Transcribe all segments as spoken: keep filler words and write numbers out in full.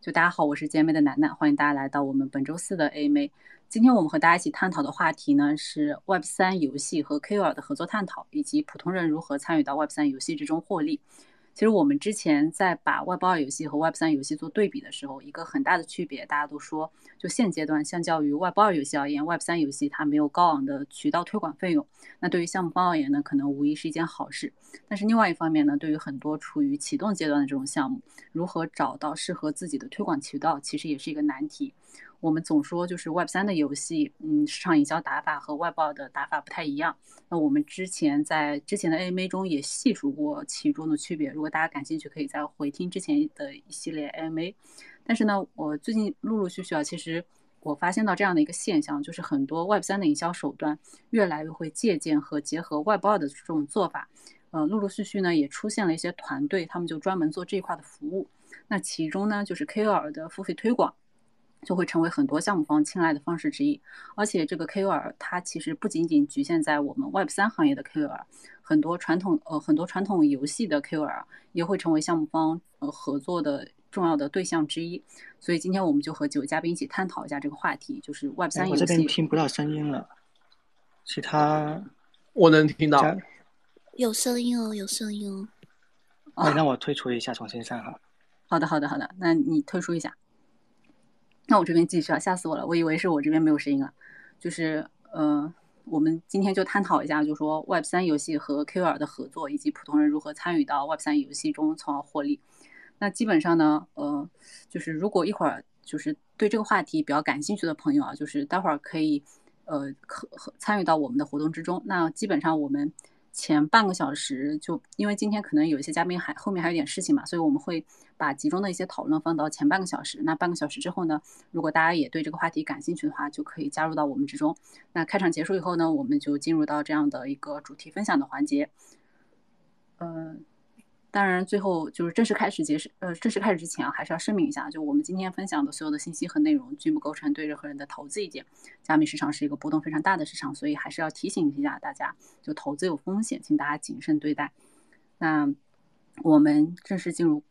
就大家好，我是 J M A 的楠楠，欢迎大家来到我们本周四的 A M A。今天我们和大家一起探讨的话题呢是 Web 三 游戏和 K O L 的合作探讨，以及普通人如何参与到 Web 三 游戏之中获利。其实我们之前在把 Web 二 游戏和 Web 三 游戏做对比的时候，一个很大的区别，大家都说，就现阶段相较于 Web 二 游戏而言 ，Web 三 游戏它没有高昂的渠道推广费用。那对于项目方而言呢，可能无疑是一件好事。但是另外一方面呢，对于很多处于启动阶段的这种项目，如何找到适合自己的推广渠道，其实也是一个难题。我们总说就是 Web 三 的游戏，嗯，市场营销打法和 Web 二的打法不太一样。那我们之前在之前的 A M A 中也细数过其中的区别，如果大家感兴趣，可以再回听之前的一系列 A M A。但是呢，我最近陆陆续续啊，其实我发现到这样的一个现象，就是很多 Web 三 的营销手段越来越会借鉴和结合 Web 二的这种做法。呃，陆陆续续呢也出现了一些团队，他们就专门做这一块的服务。那其中呢，就是 K O L 的付费推广。就会成为很多项目方青睐的方式之一，而且这个 K O L 它其实不仅仅局限在我们 Web 三 行业的 K O L， 很多传统呃很多传统游戏的 K O L 也会成为项目方呃合作的重要的对象之一。所以今天我们就和几位嘉宾一起探讨一下这个话题，就是 Web 哎， 三我这边游戏。 听不到声音了，其他我能听到。 家， 有声音哦，有声音哦。 哎，那我退出一下，重新上哈。 好的，好的，好的，那你退出一下。那我这边继续啊，吓死我了，我以为是我这边没有声音了。就是呃，我们今天就探讨一下，就是说 Web 三 游戏和 K O L 的合作，以及普通人如何参与到 Web 三 游戏中，从而获利。那基本上呢，呃，就是如果一会儿就是对这个话题比较感兴趣的朋友啊，就是待会儿可以呃可参与到我们的活动之中。那基本上我们前半个小时就因为今天可能有一些嘉宾还后面还有点事情嘛，所以我们会把集中的一些讨论放到前半个小时。那半个小时之后呢，如果大家也对这个话题感兴趣的话，就可以加入到我们之中。那开场结束以后呢，我们就进入到这样的一个主题分享的环节。呃，当然最后就是正式开始结束，呃，正式开始之前啊，还是要声明一下，就我们今天分享的所有的信息和内容均不构成对任何人的投资意见。加密市场是一个波动非常大的市场，所以还是要提醒一下大家，就投资有风险，请大家谨慎对待。那我们正式进入，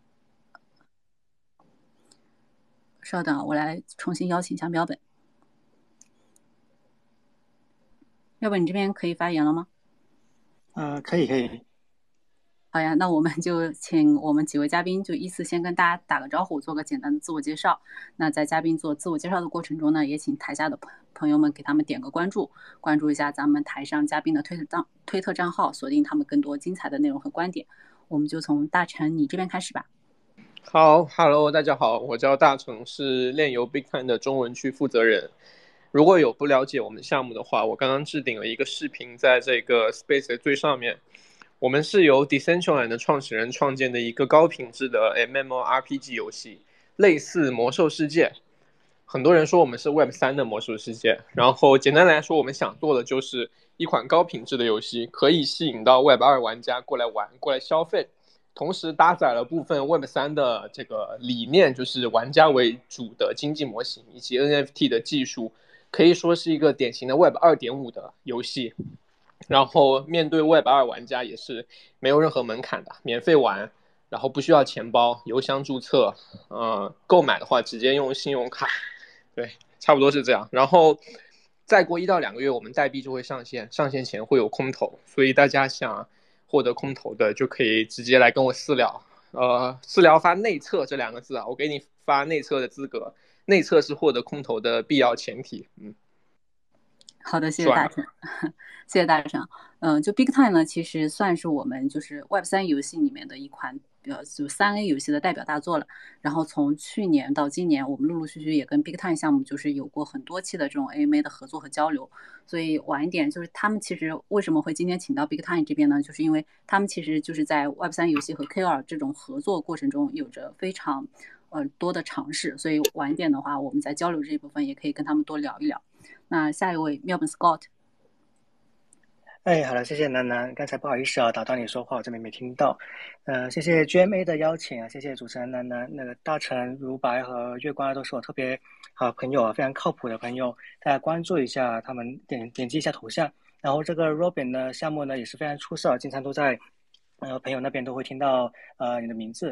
稍等，我来重新邀请一下标本。要不你这边可以发言了吗？ 呃，可以可以。 好呀，那我们就请我们几位嘉宾就依次先跟大家打个招呼，做个简单的自我介绍。那在嘉宾做自我介绍的过程中呢，也请台下的朋朋友们给他们点个关注，关注一下咱们台上嘉宾的推特账推特账号，锁定他们更多精彩的内容和观点。我们就从大成你这边开始吧。 好 ，Hello， 大家好，我叫大成，是炼油 Bitcoin 的中文区负责人。如果有不了解我们项目的话，我刚刚置顶了一个视频在这个 Space 的最上面。我们是由 Decentraland 的创始人创建的一个高品质的 M M O R P G 游戏，类似魔兽世界。很多人说我们是 Web 三 的魔兽世界，然后简单来说，我们想做的就是一款高品质的游戏，可以吸引到 Web 二 玩家过来玩、过来消费。同时搭载了部分 Web 三 的这个理念，就是玩家为主的经济模型以及 N F T 的技术，可以说是一个典型的 Web 二点五 的游戏。然后面对 Web 二 玩家也是没有任何门槛的，免费玩，然后不需要钱包，邮箱注册，呃，购买的话直接用信用卡，对，差不多是这样。然后再过一到两个月，我们代币就会上线，上线前会有空投，所以大家想获得空投的就可以直接来跟我私聊，呃，私聊发内测这两个字啊，我给你发内测的资格，内测是获得空投的必要前提，嗯。 好的，谢谢大成，谢谢大成。嗯、呃，就 Big Time 呢，其实算是我们就是 Web 三 游戏里面的一款，呃，就三 A 游戏的代表大作了。然后从去年到今年，我们陆陆续续也跟 Big Time 项目就是有过很多期的这种 A M A 的合作和交流。所以晚一点，就是他们其实为什么会今天请到 Big Time 这边呢？就是因为他们其实就是在 Web 三 游戏和 K O L 这种合作过程中有着非常呃多的尝试。所以晚一点的话，我们在交流这一部分也可以跟他们多聊一聊。那下一位 Melbourne Scott。 哎，好了，谢谢楠楠。刚才不好意思啊，打断你说话，我这边没听到。呃，谢谢 G M A 的邀请啊，谢谢主持人楠楠。那个大成、如白和月光都是我特别好朋友啊，非常靠谱的朋友，大家关注一下他们，点点击一下头像。然后这个 Robin 的项目呢也是非常出色，经常都在呃朋友那边都会听到呃你的名字。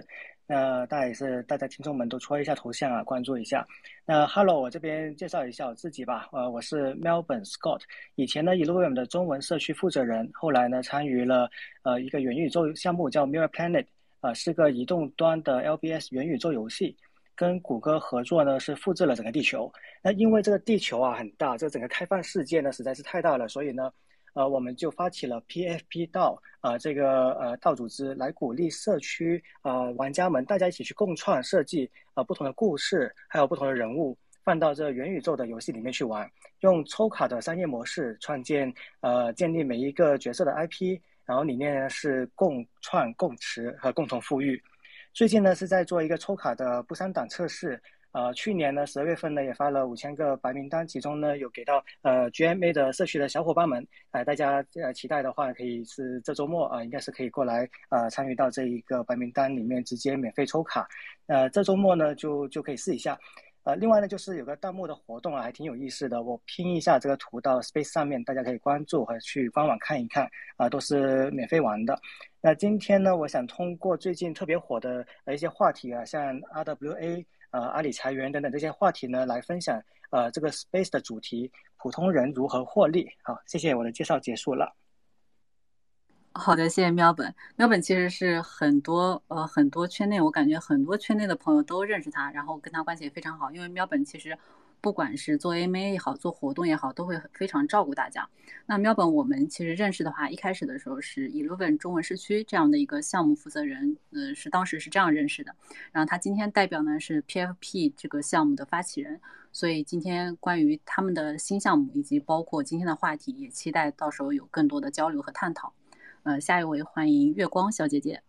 那大家也是大家听众们都戳一下头像啊，关注一下。那 Hello， 我这边介绍一下我自己吧。呃，我是 Melbourne Scott，以前呢 Illuvium 的中文社区负责人，后来呢参与了呃一个元宇宙项目叫 Mirror Planet， 呃是个移动端的 L B S 元宇宙游戏，跟谷歌合作呢是复制了整个地球。那因为这个地球啊很大，这整个开放世界呢实在是太大了，所以呢。呃，我们就发起了 P F P 道呃这个呃道组织来鼓励社区呃玩家们大家一起去共创设计呃不同的故事，还有不同的人物放到这元宇宙的游戏里面去玩，用抽卡的商业模式创建呃建立每一个角色的 I P， 然后理念呢是共创共持和共同富裕。最近呢是在做一个抽卡的不删档测试。呃，去年呢，十二月份呢也发了五千个白名单，其中呢有给到呃 G M A 的社区的小伙伴们，呃，大家呃期待的话，可以是这周末啊、呃，应该是可以过来呃参与到这一个白名单里面，直接免费抽卡。呃，这周末呢就就可以试一下。呃，另外呢就是有个弹幕的活动啊，还挺有意思的，我拼一下这个图到 Space 上面，大家可以关注和去官网看一看啊、呃，都是免费玩的。那今天呢，我想通过最近特别火的呃一些话题啊，像 R W A。呃，阿里裁员等等这些话题呢，来分享呃这个 space 的主题，普通人如何获利。好，谢谢，我的介绍结束了。 好的，谢谢喵本。喵本其实是很多呃很多圈内，我感觉很多圈内的朋友都认识他，然后跟他关系也非常好。因为喵本其实不管是做 A M A 也好，做活动也好，都会非常照顾大家。那喵本我们其实认识的话，一开始的时候是 Illuvium 中文社区这样的一个项目负责人，呃，是当时是这样认识的。然后他今天代表呢是 P F P 这个项目的发起人，所以今天关于他们的新项目以及包括今天的话题，也期待到时候有更多的交流和探讨。呃，下一位欢迎月光小姐姐。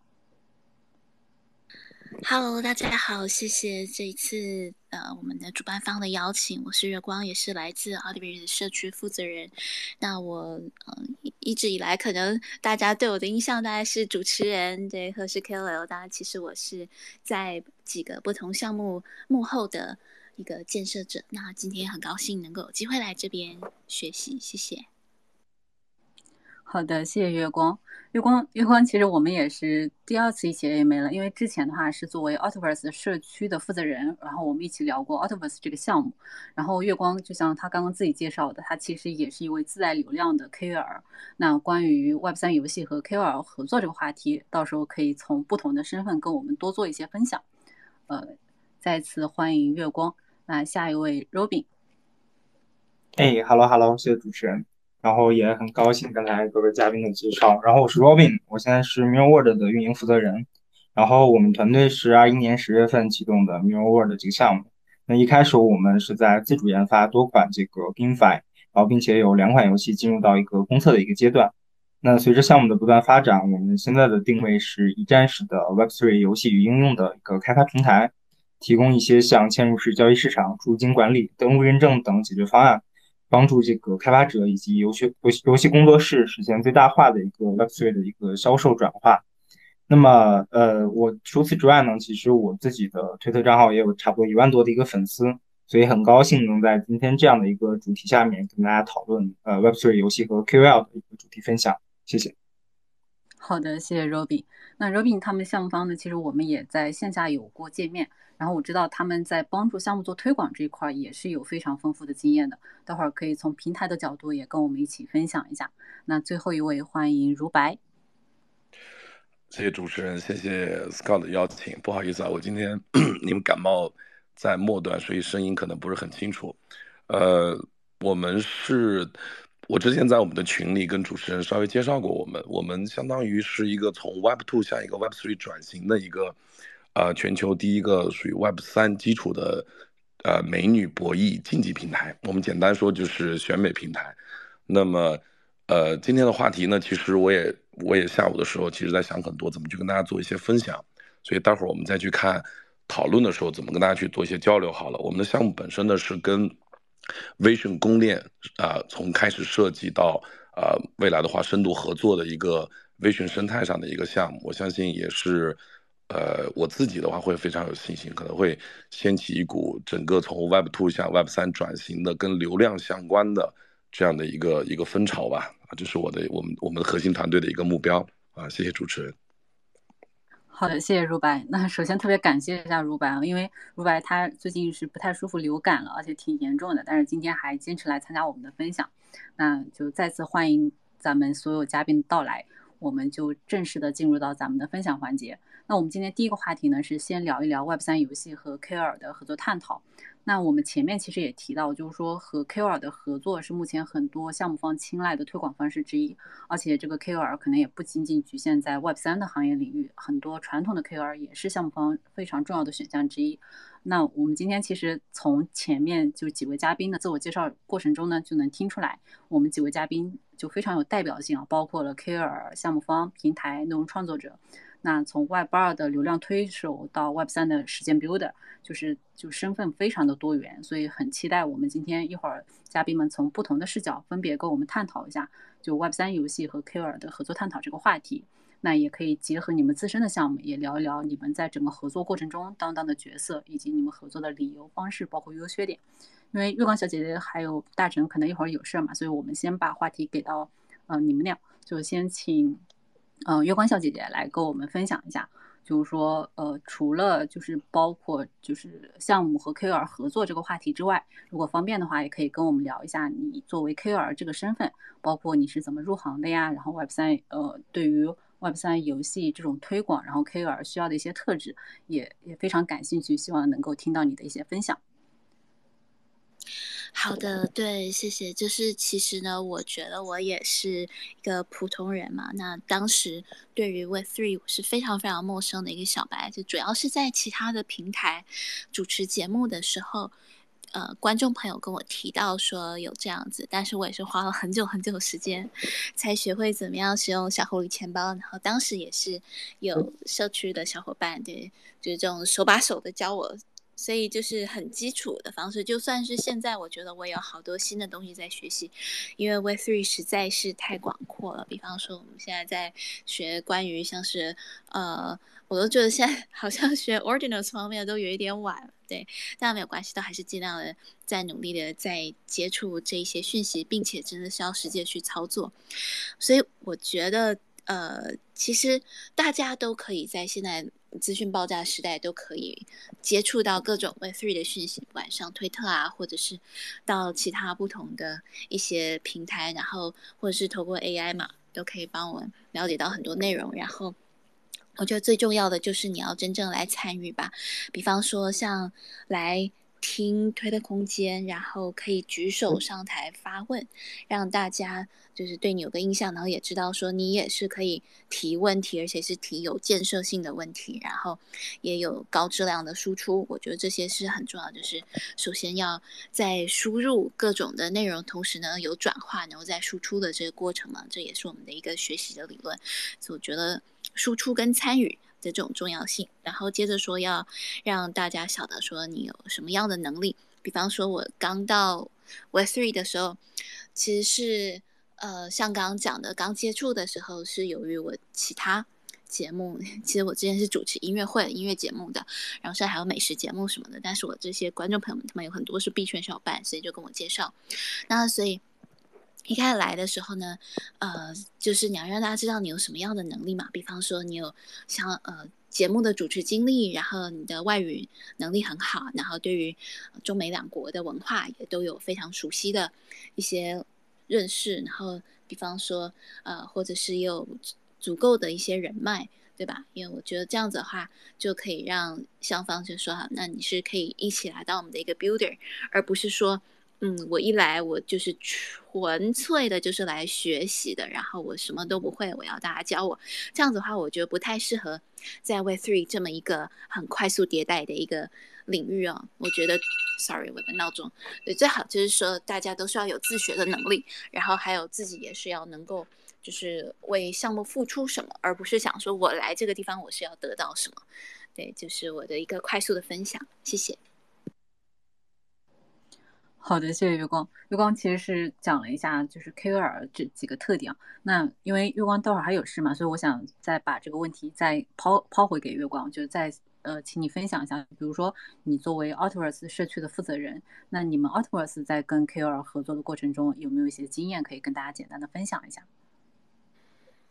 Hello， 大家好，谢谢这一次呃我们的主办方的邀请，我是月光，也是来自 Audible 的社区负责人。那我呃一直以来可能大家对我的印象大概是主持人，对，或是 K O L， 当然其实我是在几个不同项目幕后的一个建设者。那今天很高兴能够有机会来这边学习，谢谢。 好的，谢谢月光。月光，月光，其实我们也是第二次一起 A M A 了，因为之前的话是作为 Autoverse 社区的负责人，然后我们一起聊过 Autoverse 这个项目。然后月光就像他刚刚自己介绍的，他其实也是一位自带流量的 K O L。那关于 Web 三 游戏和 K O L 合作这个话题，到时候可以从不同的身份跟我们多做一些分享。呃，再次欢迎月光。那下一位 Robin。 哎，Hello Hello，谢谢主持人。然后也很高兴刚才各位嘉宾的介绍。然后我是 Robin，我现在是 Mirror World 的运营负责人。然后我们团队是二一年十月份启动的 Mirror World 这个项目。那一开始我们是在自主研发多款这个 GameFi，然后并且有两款游戏进入到一个公测的一个阶段。那随着项目的不断发展，我们现在的定位是一站式的 Web 三 游戏与应用的一个开发平台，提供一些像嵌入式交易市场、驻金管理、登录认证等解决方案。帮助这个开发者以及游戏游戏游戏工作室实现最大化的一个 Web 三 的一个销售转化。那么，呃，我除此之外呢，其实我自己的推特账号也有差不多一万多的一个粉丝，所以很高兴能在今天这样的一个主题下面跟大家讨论呃 Web 三 游戏和 K O L 的一个主题分享。谢谢。 好的，谢谢 Robin。那 Robin 他们项目方呢，其实我们也在线下有过见面，然后我知道他们在帮助项目做推广这一块也是有非常丰富的经验的，待会儿可以从平台的角度也跟我们一起分享一下。那最后一位欢迎如白。 谢谢主持人，谢谢 Scott 的邀请。不好意思啊，我今天你们感冒在末端，所以声音可能不是很清楚。呃，我们是。我之前在我们的群里跟主持人稍微介绍过我们，我们相当于是一个从 Web 二 向一个 Web 三 转型的一个，呃，全球第一个属于 Web 三 基础的，呃，美女博弈竞技平台。我们简单说就是选美平台。那么，呃，今天的话题呢，其实我也我也下午的时候，其实在想很多怎么去跟大家做一些分享，所以待会儿我们再去看讨论的时候，怎么跟大家去做一些交流好了。我们的项目本身呢是跟Vision 公链啊、呃，从开始设计到啊、呃、未来的话深度合作的一个 Vision 生态上的一个项目，我相信也是呃我自己的话会非常有信心，可能会掀起一股整个从 Web 二 向 Web 三 转型的跟流量相关的这样的一个一个风潮吧，啊，这是我的我们我们核心团队的一个目标啊，谢谢主持人。 好的，谢谢如白。那首先特别感谢一下如白啊，因为如白他最近是不太舒服，流感了，而且挺严重的，但是今天还坚持来参加我们的分享，那就再次欢迎咱们所有嘉宾到来，我们就正式的进入到咱们的分享环节。那我们今天第一个话题呢，是先聊一聊 Web 三 游戏和 K O L 的合作探讨。那我们前面其实也提到，就是说和 K O L 的合作是目前很多项目方青睐的推广方式之一，而且这个 K O L 可能也不仅仅局限在 Web 三 的行业领域，很多传统的 K O L 也是项目方非常重要的选项之一。那我们今天其实从前面就几位嘉宾的自我介绍过程中呢，就能听出来，我们几位嘉宾就非常有代表性啊，包括了 K O L、项目方、平台、内容创作者。那从 Web 二 的流量推手到 Web 三 的实践 builder， 就是就身份非常的多元，所以很期待我们今天一会儿嘉宾们从不同的视角分别跟我们探讨一下就 Web 三 游戏和 K O L 的合作探讨这个话题。那也可以结合你们自身的项目，也聊一聊你们在整个合作过程中担当的角色，以及你们合作的理由方式，包括优缺点。因为月光小姐姐还有大成可能一会儿有事嘛，所以我们先把话题给到呃你们俩，就先请呃月光小姐姐来跟我们分享一下，就是说呃除了就是包括就是项目和 K O L 合作这个话题之外，如果方便的话，也可以跟我们聊一下你作为 K O L 这个身份，包括你是怎么入行的呀，然后 Web 三 呃对于 Web 三 游戏这种推广，然后 K O L 需要的一些特质，也也非常感兴趣，希望能够听到你的一些分享。 好的，对，谢谢。就是其实呢，我觉得我也是一个普通人嘛。那当时对于 Web 三 我是非常非常陌生的一个小白，就主要是在其他的平台主持节目的时候，呃，观众朋友跟我提到说有这样子，但是我也是花了很久很久的时间才学会怎么样使用小狐狸钱包。然后当时也是有社区的小伙伴，对，就是这种手把手的教我。所以就是很基础的方式，就算是现在我觉得我有好多新的东西在学习，因为 Web 三 实在是太广阔了。比方说我们现在在学关于像是呃，我都觉得现在好像学 Ordinals 方面都有一点晚了，对，但没有关系，都还是尽量的在努力的在接触这一些讯息，并且真的是要实际去操作。所以我觉得呃，其实大家都可以在现在资讯爆炸时代都可以接触到各种 Web 三 的讯息，不管上推特啊，或者是到其他不同的一些平台，然后或者是透过 A I 嘛，都可以帮我们了解到很多内容。然后我觉得最重要的就是你要真正来参与吧，比方说像来听推特空间，然后可以举手上台发问，让大家就是对你有个印象，然后也知道说你也是可以提问题，而且是提有建设性的问题，然后也有高质量的输出。我觉得这些是很重要，就是首先要在输入各种的内容，同时呢有转化，然后再输出的这个过程嘛，这也是我们的一个学习的理论。所以我觉得输出跟参与的这种重要性，然后接着说要让大家晓得说你有什么样的能力。比方说我刚到 Web 三 的时候，其实是呃像刚刚讲的，刚接触的时候是由于我其他节目，其实我之前是主持音乐会音乐节目的，然后现在还有美食节目什么的，但是我这些观众朋友们他们有很多是币圈小伴，所以就跟我介绍。那所以一开始来的时候呢，呃，就是你要让大家知道你有什么样的能力嘛，比方说你有像呃节目的主持经历，然后你的外语能力很好，然后对于中美两国的文化也都有非常熟悉的一些认识，然后比方说呃，或者是有足够的一些人脉，对吧？因为我觉得这样子的话，就可以让双方就说好，那你是可以一起来到我们的一个 builder， 而不是说嗯，我一来我就是纯粹的就是来学习的，然后我什么都不会，我要大家教我。这样子的话，我觉得不太适合在 Web 三 这么一个很快速迭代的一个领域哦。我觉得 ，sorry， 我的闹钟，对，最好就是说大家都是要有自学的能力，然后还有自己也是要能够就是为项目付出什么，而不是想说我来这个地方我是要得到什么。对，就是我的一个快速的分享，谢谢。 好的，谢谢月光。月光其实是讲了一下就是 K O L 这几个特点。那因为月光待会儿还有事嘛，所以我想再把这个问题再抛抛回给月光，就是再呃，请你分享一下，比如说你作为 Altiverse 社区的负责人，那你们 Altiverse 在跟 K O L 合作的过程中有没有一些经验可以跟大家简单的分享一下？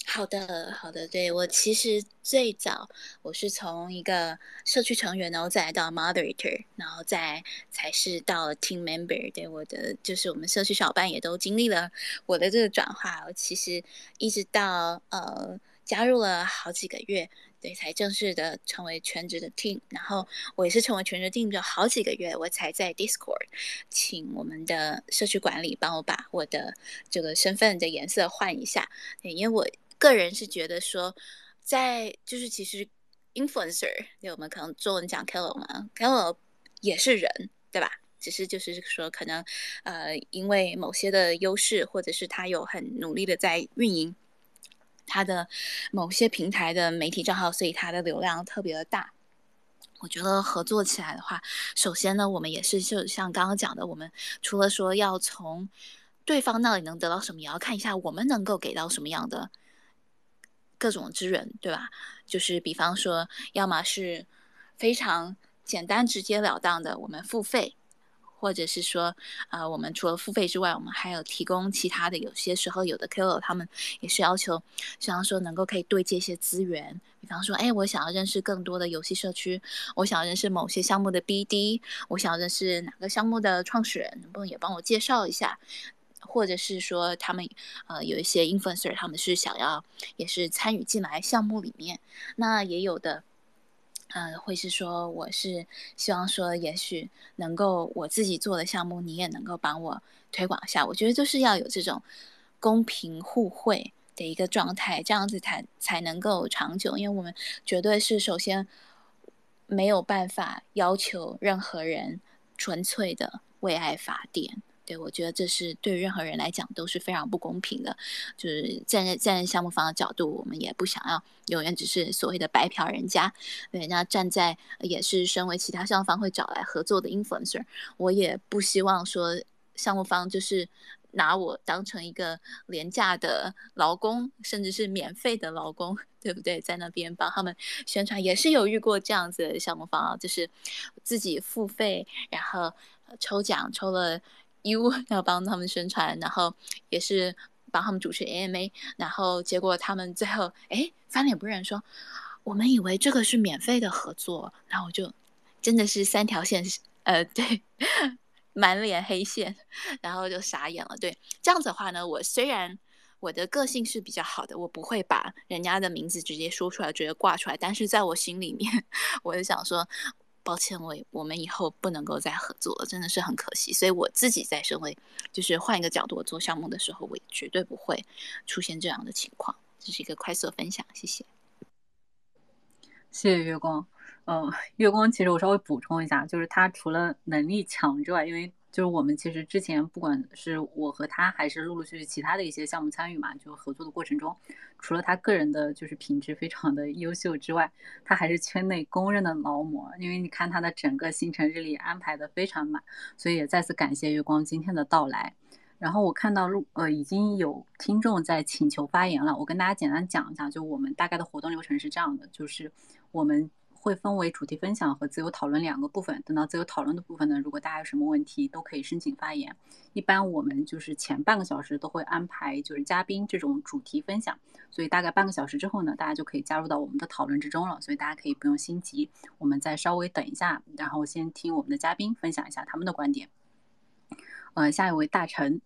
好的，好的，对，我其实最早我是从一个社区成员，然后再来到 moderator，然后再才是到 team member。对，我的就是我们社区小班也都经历了我的这个转化，我其实一直到呃加入了好几个月，对，才正式的成为全职的 team。然后我也是成为全职 team 就好几个月，我才在 Discord 请我们的社区管理帮我把我的这个身份的颜色换一下。对，因为我个人是觉得说，在就是其实 influencer， 对，我们可能中文讲 K O L 嘛 ，K O L 也是人，对吧？只是就是说，可能呃，因为某些的优势，或者是他有很努力的在运营他的某些平台的媒体账号，所以他的流量特别的大。我觉得合作起来的话，首先呢，我们也是就像刚刚讲的，我们除了说要从对方那里能得到什么，也要看一下我们能够给到什么样的各种资源，对吧？就是比方说，要么是非常简单直截了当的，我们付费，或者是说，呃，我们除了付费之外，我们还有提供其他的。有些时候，有的 K O L 他们也是要求，希望说能够可以对接一些资源，比方说，哎，我想要认识更多的游戏社区，我想要认识某些项目的 B D， 我想要认识哪个项目的创始人，能不能也帮我介绍一下？或者是说他们呃有一些 influencer 他们是想要也是参与进来项目里面，那也有的呃会是说我是希望说也许能够我自己做的项目你也能够帮我推广一下，我觉得就是要有这种公平互惠的一个状态，这样子才才能够长久，因为我们绝对是首先没有办法要求任何人纯粹的为爱发电。对，我觉得这是对于任何人来讲都是非常不公平的。就是站在站在项目方的角度，我们也不想要永远只是所谓的白嫖人家。对，那站在也是身为其他项目方会找来合作的 influencer， 我也不希望说项目方就是拿我当成一个廉价的劳工，甚至是免费的劳工，对不对？在那边帮他们宣传，也是有遇过这样子的项目方啊，就是自己付费，然后抽奖抽了。U 要帮他们宣传，然后也是帮他们主持 A M A， 然后结果他们最后哎翻脸不认说，我们以为这个是免费的合作，然后我就真的是三条线，呃对，满脸黑线，然后就傻眼了。对，这样子的话呢，我虽然我的个性是比较好的，我不会把人家的名字直接说出来，直接挂出来，但是在我心里面，我就想说。抱歉，我我们以后不能够再合作了，真的是很可惜。所以我自己在身为就是换一个角度做项目的时候，我也绝对不会出现这样的情况。这是一个快速的分享，谢谢。 谢谢月光。呃，月光其实我稍微补充一下，就是他除了能力强之外，因为就是我们其实之前不管是我和他，还是陆陆续续其他的一些项目参与嘛，就合作的过程中，除了他个人的就是品质非常的优秀之外，他还是圈内公认的劳模。因为你看他的整个行程日历安排的非常满，所以也再次感谢月光今天的到来。然后我看到录呃已经有听众在请求发言了，我跟大家简单讲一下，就我们大概的活动流程是这样的，就是我们会分为主题分享和自由讨论两个部分。等到自由讨论的部分呢，如果大家有什么问题都可以申请发言。一般我们就是前半个小时都会安排就是嘉宾这种主题分享，所以大概半个小时之后呢，大家就可以加入到我们的讨论之中了，所以大家可以不用心急，我们再稍微等一下，然后先听我们的嘉宾分享一下他们的观点。呃，下一位大成。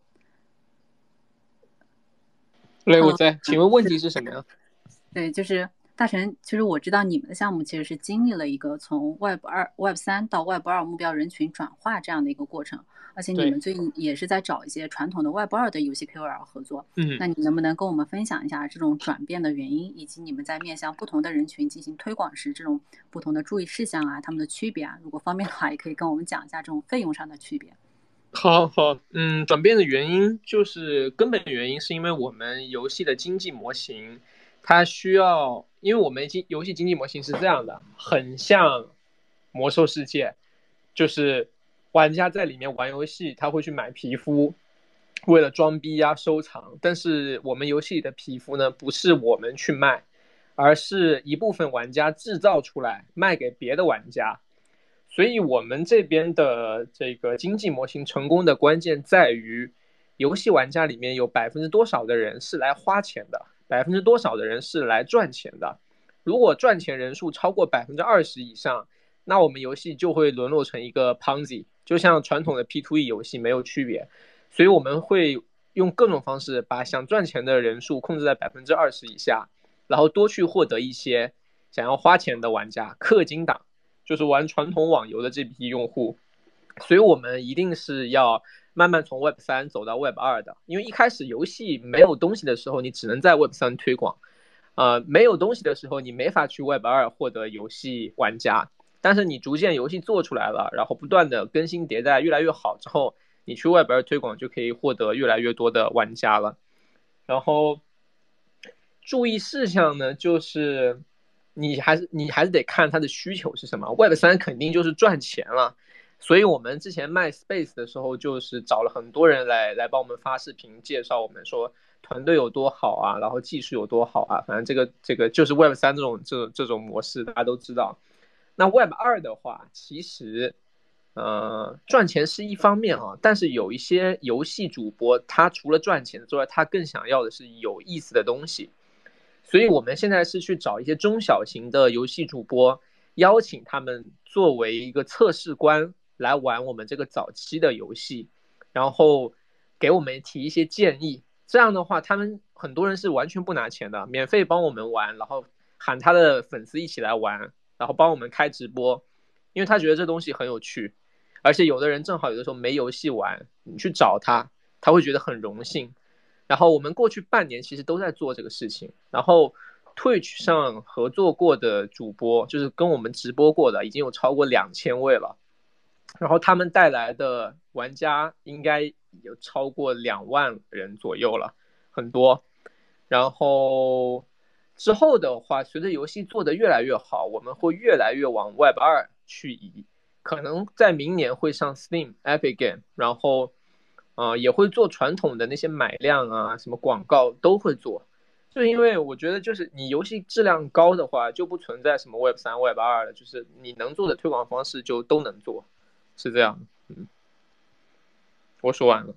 对，我在。请问问题是什么呀？ 对，就是大成，其实我知道你们的项目其实是经历了一个从 Web 二、Web 三到 Web 二目标人群转化这样的一个过程，而且你们最近也是在找一些传统的 Web 二的游戏 K O L 合作。 嗯， 那你能不能跟我们分享一下这种转变的原因，以及你们在面向不同的人群进行推广时这种不同的注意事项啊，他们的区别啊？如果方便的话，也可以跟我们讲一下这种费用上的区别。 好好，嗯，转变的原因就是根本原因是因为我们游戏的经济模型，它需要，因为我们经游戏经济模型是这样的，很像魔兽世界，就是玩家在里面玩游戏，他会去买皮肤，为了装逼啊收藏，但是我们游戏里的皮肤呢，不是我们去卖，而是一部分玩家制造出来卖给别的玩家。所以我们这边的这个经济模型成功的关键在于，游戏玩家里面有百分之多少的人是来花钱的， 百分之多少的人是来赚钱的。如果赚钱人数超过百分之二十以上，那我们游戏就会沦落成一个 Ponzi， 就像传统的 P to E 游戏没有区别。所以我们会用各种方式把想赚钱的人数控制在百分之二十以下，然后多去获得一些想要花钱的玩家，氪金党，就是玩传统网游的这批用户。所以我们一定是要慢慢从 Web 三 走到 Web 二 的，因为一开始游戏没有东西的时候，你只能在 Web 三 推广，呃，没有东西的时候，你没法去 Web 二 获得游戏玩家。但是你逐渐游戏做出来了，然后不断的更新迭代，越来越好之后，你去 Web 二 推广就可以获得越来越多的玩家了。然后注意事项呢，就是你还是你还是得看它的需求是什么。Web 三 肯定就是赚钱了，所以我们之前卖 Space 的时候，就是找了很多人来来帮我们发视频，介绍我们说团队有多好啊，然后技术有多好啊，反正这个这个就是 Web 三 这种这种这种模式，大家都知道。那 Web 二 的话，其实呃赚钱是一方面啊，但是有一些游戏主播，他除了赚钱之外，他更想要的是有意思的东西。所以我们现在是去找一些中小型的游戏主播，邀请他们作为一个测试官来玩我们这个早期的游戏，然后给我们提一些建议。这样的话，他们很多人是完全不拿钱的，免费帮我们玩，然后喊他的粉丝一起来玩，然后帮我们开直播，因为他觉得这东西很有趣，而且有的人正好有的时候没游戏玩，你去找他，他会觉得很荣幸。然后我们过去半年其实都在做这个事情，然后 Twitch 上合作过的主播，就是跟我们直播过的，已经有超过两千位了，然后他们带来的玩家应该有超过两万人左右了，很多。然后之后的话，随着游戏做得越来越好，我们会越来越往 Web 二 去移，可能在明年会上 Steam、Epic Game， 然后呃也会做传统的那些买量啊，什么广告都会做。就因为我觉得，就是你游戏质量高的话，就不存在什么 Web 三、Web 二 了，就是你能做的推广方式就都能做，是这样。嗯，我说完了。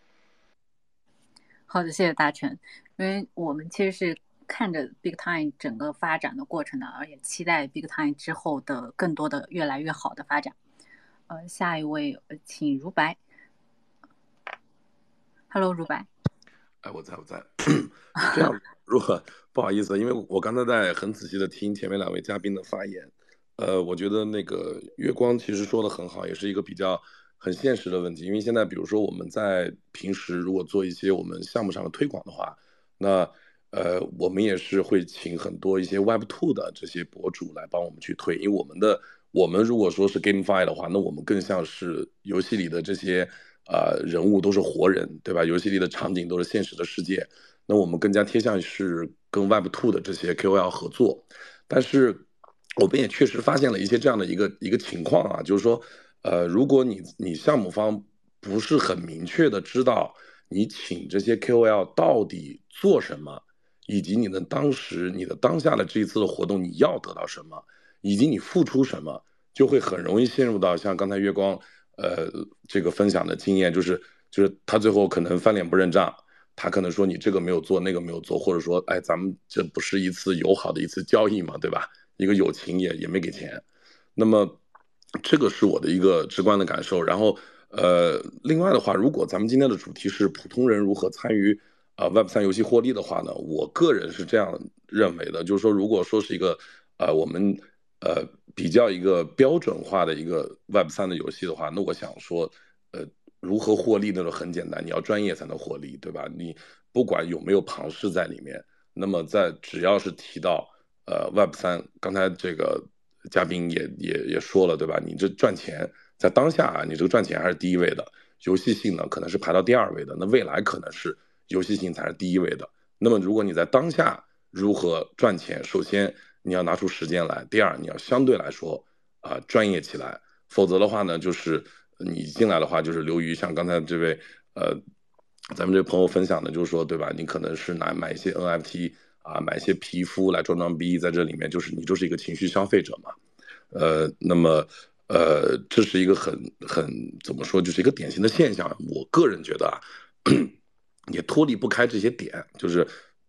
好的，谢谢大成。因为我们其实是看着 Big Time 整个发展的过程的，而且期待 Big Time 之后的更多的越来越好的发展。呃，下一位，请如白。Hello， 如白。 哎，我在，我在。这样，如果不好意思，因为我刚才在很仔细的听前面两位嘉宾的发言，呃，我觉得那个月光其实说的很好，也是一个比较很现实的问题。因为现在，比如说我们在平时如果做一些我们项目上的推广的话，那呃，我们也是会请很多一些 Web 二 的这些博主来帮我们去推，因为我们的我们如果说是 GameFi 的话，那我们更像是游戏里的这些呃人物都是活人，对吧？游戏里的场景都是现实的世界，那我们更加贴向是跟 Web 二 的这些 K O L 合作。但是我们也确实发现了一些这样的一个一个情况啊，就是说，呃，如果你你项目方不是很明确的知道你请这些 K O L 到底做什么，以及你的当时你的当下的这一次的活动你要得到什么，以及你付出什么，就会很容易陷入到像刚才月光呃这个分享的经验，就是就是他最后可能翻脸不认账，他可能说你这个没有做那个没有做，或者说哎咱们这不是一次友好的一次交易嘛，对吧？一个友情也也没给钱。那么这个是我的一个直观的感受。然后呃另外的话，如果咱们今天的主题是普通人如何参与呃 Web 三 游戏获利的话呢，我个人是这样认为的，就是说如果说是一个呃我们呃比较一个标准化的一个 Web 三 的游戏的话，那我想说呃如何获利那就很简单，你要专业才能获利，对吧？你不管有没有庞氏在里面，那么在只要是提到呃 Web 三，刚才这个嘉宾也也也说了，对吧？你这赚钱在当下啊，你这个赚钱还是第一位的，游戏性呢可能是排到第二位的，那未来可能是游戏性才是第一位的。那么如果你在当下如何赚钱，首先你要拿出时间来，第二你要相对来说啊、呃、专业起来，否则的话呢，就是你进来的话就是流于像刚才这位呃咱们这朋友分享的，就是说对吧？你可能是拿买一些 N F T 啊，买一些皮肤来装装逼，在这里面就是你就是一个情绪消费者嘛。呃，那么呃，这是一个很很怎么说，就是一个典型的现象。我个人觉得啊，也脱离不开这些点，就是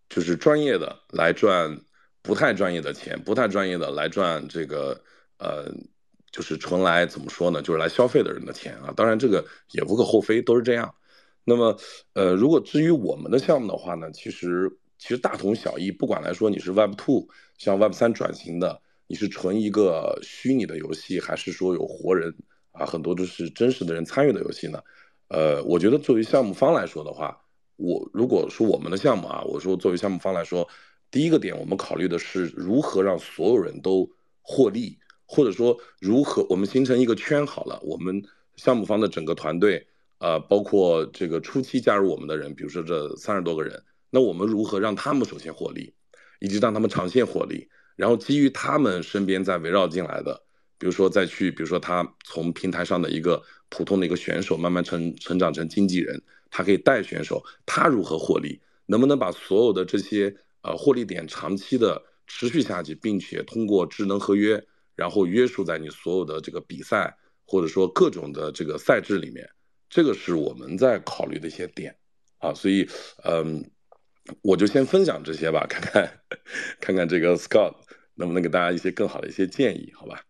就是专业的来赚不太专业的钱，不太专业的来赚这个呃，就是纯来怎么说呢，就是来消费的人的钱啊。当然这个也无可厚非，都是这样。那么呃，如果至于我们的项目的话呢，其实其实大同小异，不管来说你是 Web 二 向 Web 三 转型的，你是纯一个虚拟的游戏，还是说有活人啊，很多都是真实的人参与的游戏呢？呃，我觉得作为项目方来说的话，我如果说我们的项目啊，我说作为项目方来说，第一个点我们考虑的是如何让所有人都获利，或者说如何我们形成一个圈好了，我们项目方的整个团队，呃，包括这个初期加入我们的人，比如说这三十多个人，那我们如何让他们首先获利，以及让他们长线获利，然后基于他们身边再围绕进来的。比如说再去，比如说他从平台上的一个普通的一个选手，慢慢成成长成经纪人，他可以带选手，他如何获利，能不能把所有的这些呃获利点长期的持续下去，并且通过智能合约，然后约束在你所有的这个比赛或者说各种的这个赛制里面，这个是我们在考虑的一些点啊，所以嗯，我就先分享这些吧，看看看看这个 Scott 能不能给大家一些更好的一些建议，好吧？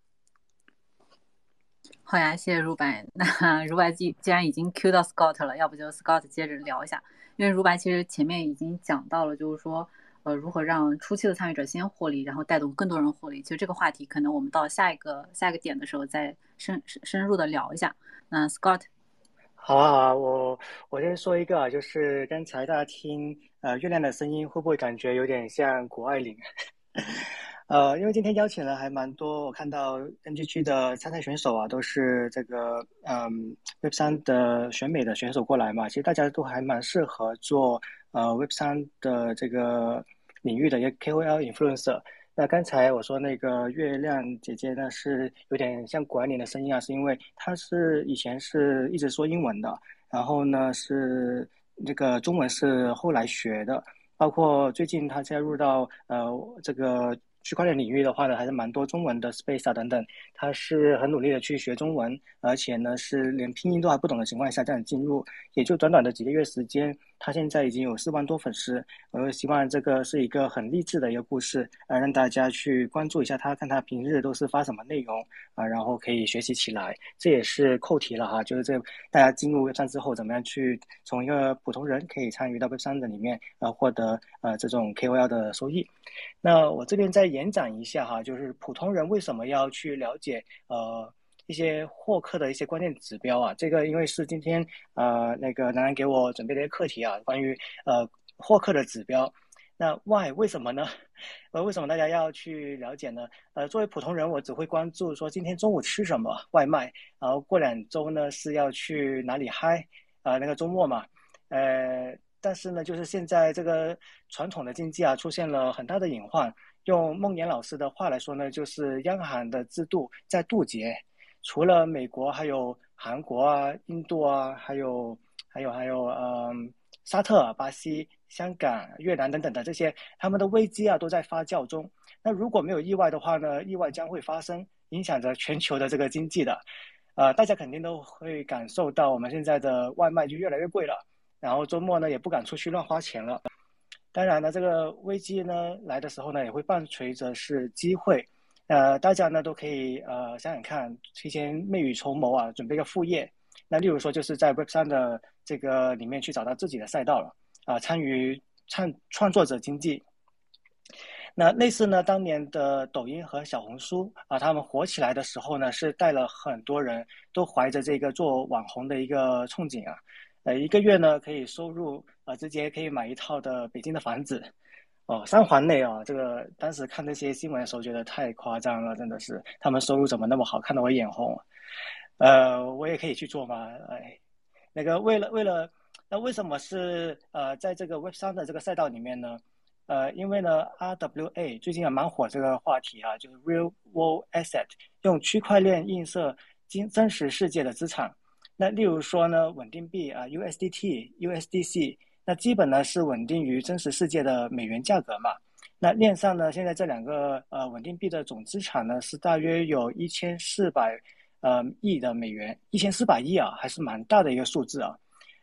好呀，谢谢如白。那如白既既然已经 Q 到 Scott 了，要不就 Scott 接着聊一下。因为如白其实前面已经讲到了，就是说，呃，如何让初期的参与者先获利，然后带动更多人获利。其实这个话题可能我们到下一个下一个点的时候再深深入的聊一下。那 Scott， 好啊，好啊，我我先说一个啊，就是刚才大家听呃月亮的声音，会不会感觉有点像谷爱凌？呃，因为今天邀请了还蛮多，我看到 N G G 的参赛选手啊，都是这个嗯 Web 三的选美的选手过来嘛，其实大家都还蛮适合做呃 Web 三的这个领域的一个 K O L influencer。那刚才我说那个月亮姐姐呢，是有点像谷爱凌的声音啊，是因为她是以前是一直说英文的，然后呢是这个中文是后来学的。包括最近他加入到呃这个区块链领域的话呢，还是蛮多中文的 space 啊等等，他是很努力的去学中文，而且呢是连拼音都还不懂的情况下这样进入，也就短短的几个月时间，他现在已经有四万多粉丝。我希望这个是一个很励志的一个故事，呃，让大家去关注一下他，看他平日都是发什么内容啊、呃，然后可以学习起来。这也是扣题了哈，就是这大家进入 Web 三之后，怎么样去从一个普通人可以参与到 Web 三的里面，呃，获得呃这种 K O L 的收益。那我这边再延展一下哈，就是普通人为什么要去了解呃一些获客的一些关键指标啊？这个因为是今天呃那个楠楠给我准备的一个课题啊，关于呃获客的指标。那 why 为什么呢？呃，为什么大家要去了解呢？呃，作为普通人，我只会关注说今天中午吃什么外卖，然后过两周呢是要去哪里嗨，呃，那个周末嘛，呃，但是呢，就是现在这个传统的经济啊出现了很大的隐患。用孟岩老师的话来说呢，就是央行的制度在渡劫。除了美国，还有韩国啊、印度啊，还有还有还有嗯。沙特、巴西、香港、越南等等的这些，他们的危机啊都在发酵中。那如果没有意外的话呢，意外将会发生，影响着全球的这个经济的。呃，大家肯定都会感受到，我们现在的外卖就越来越贵了，然后周末呢也不敢出去乱花钱了。当然呢，这个危机呢来的时候呢，也会伴随着是机会。呃，大家呢都可以呃想想看，提前未雨绸缪啊，准备个副业。那例如说，就是在 Web 三的这个里面去找到自己的赛道了啊、呃，参与创创作者经济。那类似呢，当年的抖音和小红书啊，他们火起来的时候呢，是带了很多人都怀着这个做网红的一个憧憬啊，呃，一个月呢可以收入啊、呃，直接可以买一套的北京的房子。哦，三环内啊，这个当时看这些新闻的时候，觉得太夸张了，真的是他们收入怎么那么好，看得我眼红。呃，我也可以去做吗？哎，那个为了为了，那为什么是呃在这个 Web 三的这个赛道里面呢？呃，因为呢 R W A 最近也蛮火这个话题啊，就是 Real World Asset， 用区块链映射真真实世界的资产。那例如说呢，稳定币啊 U S D T、U S D C， 那基本呢是稳定于真实世界的美元价格嘛。那链上呢，现在这两个呃稳定币的总资产呢是大约有一千四百。呃，亿的美元，一千四百亿啊，还是蛮大的一个数字啊。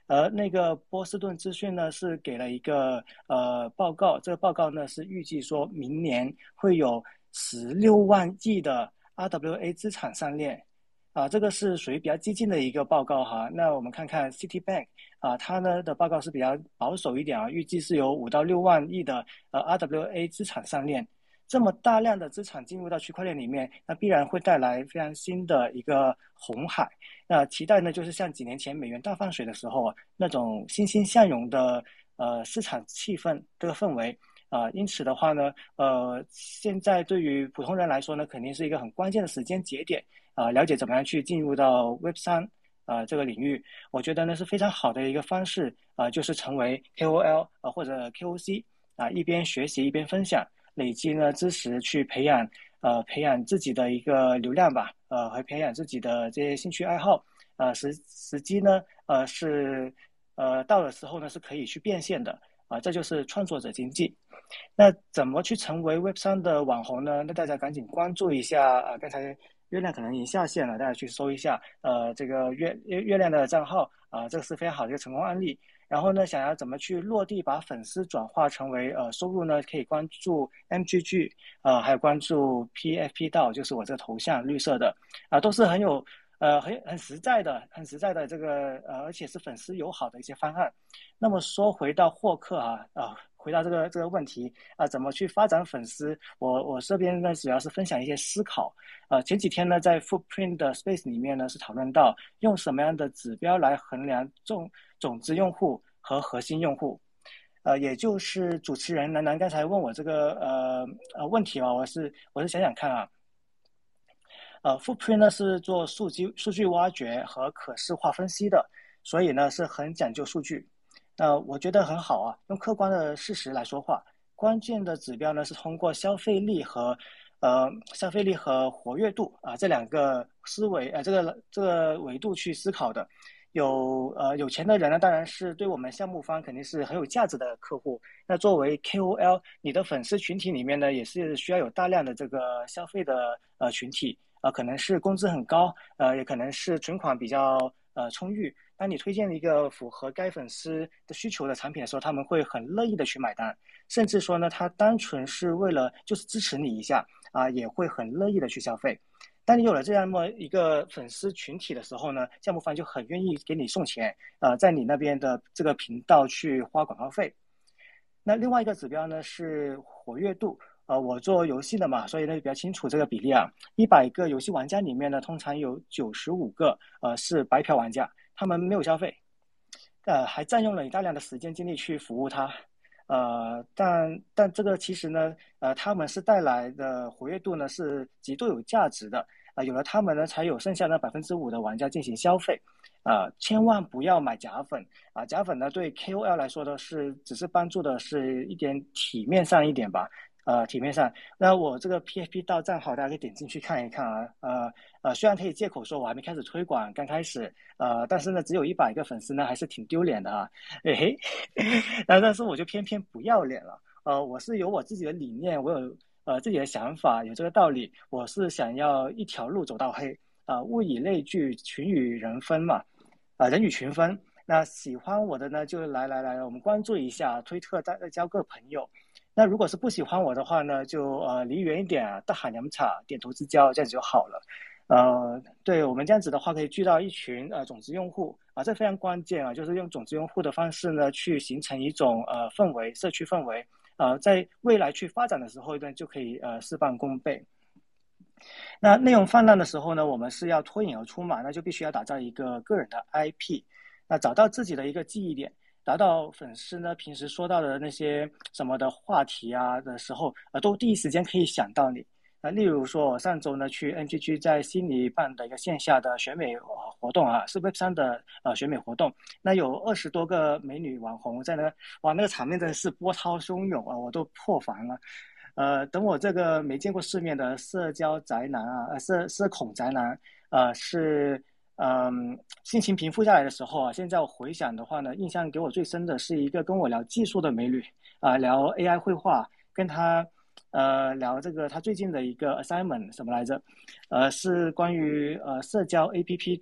而那个波士顿资讯呢是给了一个呃报告，这个报告呢是预计说明年会有十六万亿的 R W A 资产上链，啊，这个是属于比较激进的一个报告哈。那我们看看 Citibank 啊，它呢的报告是比较保守一点啊，预计是有五到六万亿的呃 R W A 资产上链。这么大量的资产进入到区块链里面，那必然会带来非常新的一个红海。那期待呢，就是像几年前美元大放水的时候啊，那种欣欣向荣的呃市场气氛这个氛围啊、呃。因此的话呢，呃，现在对于普通人来说呢，肯定是一个很关键的时间节点啊、呃，了解怎么样去进入到 Web 三啊、呃、这个领域，我觉得呢是非常好的一个方式啊、呃，就是成为 K O L 啊、呃、或者 K O C 啊、呃，一边学习一边分享。累积呢知识，去培养呃培养自己的一个流量吧，呃和培养自己的这些兴趣爱好，呃时时机呢呃是呃到的时候呢是可以去变现的啊、呃，这就是创作者经济。那怎么去成为 Web 三的网红呢？那大家赶紧关注一下啊、呃，刚才月亮可能已经下线了，大家去搜一下呃这个月月月亮的账号啊、呃，这个是非常好的一个成功案例。然后呢，想要怎么去落地把粉丝转化成为呃收入呢？可以关注 M G G， 呃，还有关注 P F P 道，就是我这个头像绿色的啊、呃，都是很有呃很很实在的、很实在的这个呃，而且是粉丝友好的一些方案。那么说回到获客啊啊、呃，回到这个这个问题啊、呃，怎么去发展粉丝？我我这边呢主要是分享一些思考。呃，前几天呢在 Footprint 的 Space 里面呢是讨论到用什么样的指标来衡量种种子用户和核心用户，呃，也就是主持人楠楠刚才问我这个呃呃问题吧，我是我是想想看啊，呃 ，Footprint 呢是做数据数据挖掘和可视化分析的，所以呢是很讲究数据，呃，我觉得很好啊，用客观的事实来说话，关键的指标呢是通过消费力和呃消费力和活跃度啊、呃、这两个思维呃这个这个维度去思考的。有呃有钱的人呢，当然是对我们项目方肯定是很有价值的客户。那作为 K O L， 你的粉丝群体里面呢，也是需要有大量的这个消费的呃群体，呃，可能是工资很高，呃，也可能是存款比较呃充裕。当你推荐一个符合该粉丝的需求的产品的时候，他们会很乐意的去买单，甚至说呢，他单纯是为了就是支持你一下啊、呃，也会很乐意的去消费。当你有了这样么一个粉丝群体的时候呢，项目方就很愿意给你送钱，呃，在你那边的这个频道去花广告费。那另外一个指标呢是活跃度，呃，我做游戏的嘛，所以呢比较清楚这个比例啊。一百个游戏玩家里面呢，通常有九十五个呃是白嫖玩家，他们没有消费，呃，还占用了你大量的时间精力去服务他。呃，但但这个其实呢，呃，他们是带来的活跃度呢是极度有价值的，啊、呃，有了他们呢，才有剩下的百分之五的玩家进行消费，啊、呃，千万不要买假粉啊、呃，假粉呢对 K O L 来说的是只是帮助的是一点体面上一点吧，呃，体面上，那我这个 P F P 道账号大家可以点进去看一看啊，呃呃，虽然可以借口说我还没开始推广，刚开始，呃，但是呢，只有一百个粉丝呢，还是挺丢脸的啊，嘿嘿，但但是我就偏偏不要脸了，呃，我是有我自己的理念，我有呃自己的想法，有这个道理，我是想要一条路走到黑，啊、呃，物以类聚，群与人分嘛，啊、呃，人与群分。那喜欢我的呢，就来来来，我们关注一下推特，再交个朋友。那如果是不喜欢我的话呢，就呃离远一点啊，大喊两场，点头之交，这样子就好了。呃，对我们这样子的话，可以聚到一群呃种子用户啊，这非常关键啊，就是用种子用户的方式呢，去形成一种呃氛围，社区氛围，呃，在未来去发展的时候呢，就可以呃事半功倍。那内容泛滥的时候呢，我们是要脱颖而出嘛，那就必须要打造一个个人的 I P， 那找到自己的一个记忆点。达到粉丝呢平时说到的那些什么的话题啊的时候，呃，都第一时间可以想到你。那例如说，我上周呢去 M G G 在悉尼办的一个线下的选美呃活动啊，是 Web 三的呃选美活动。那有二十多个美女网红在那，哇，那个场面真的是波涛汹涌啊，我都破防了。呃，等我这个没见过世面的社交宅男啊，呃，社社恐宅男，呃，是。嗯，心情平复下来的时候啊，现在我回想的话呢，印象给我最深的是一个跟我聊技术的美女啊、呃，聊 A I 绘画，跟她呃聊这个她最近的一个 assignment 什么来着？呃，是关于呃社交 A P P 对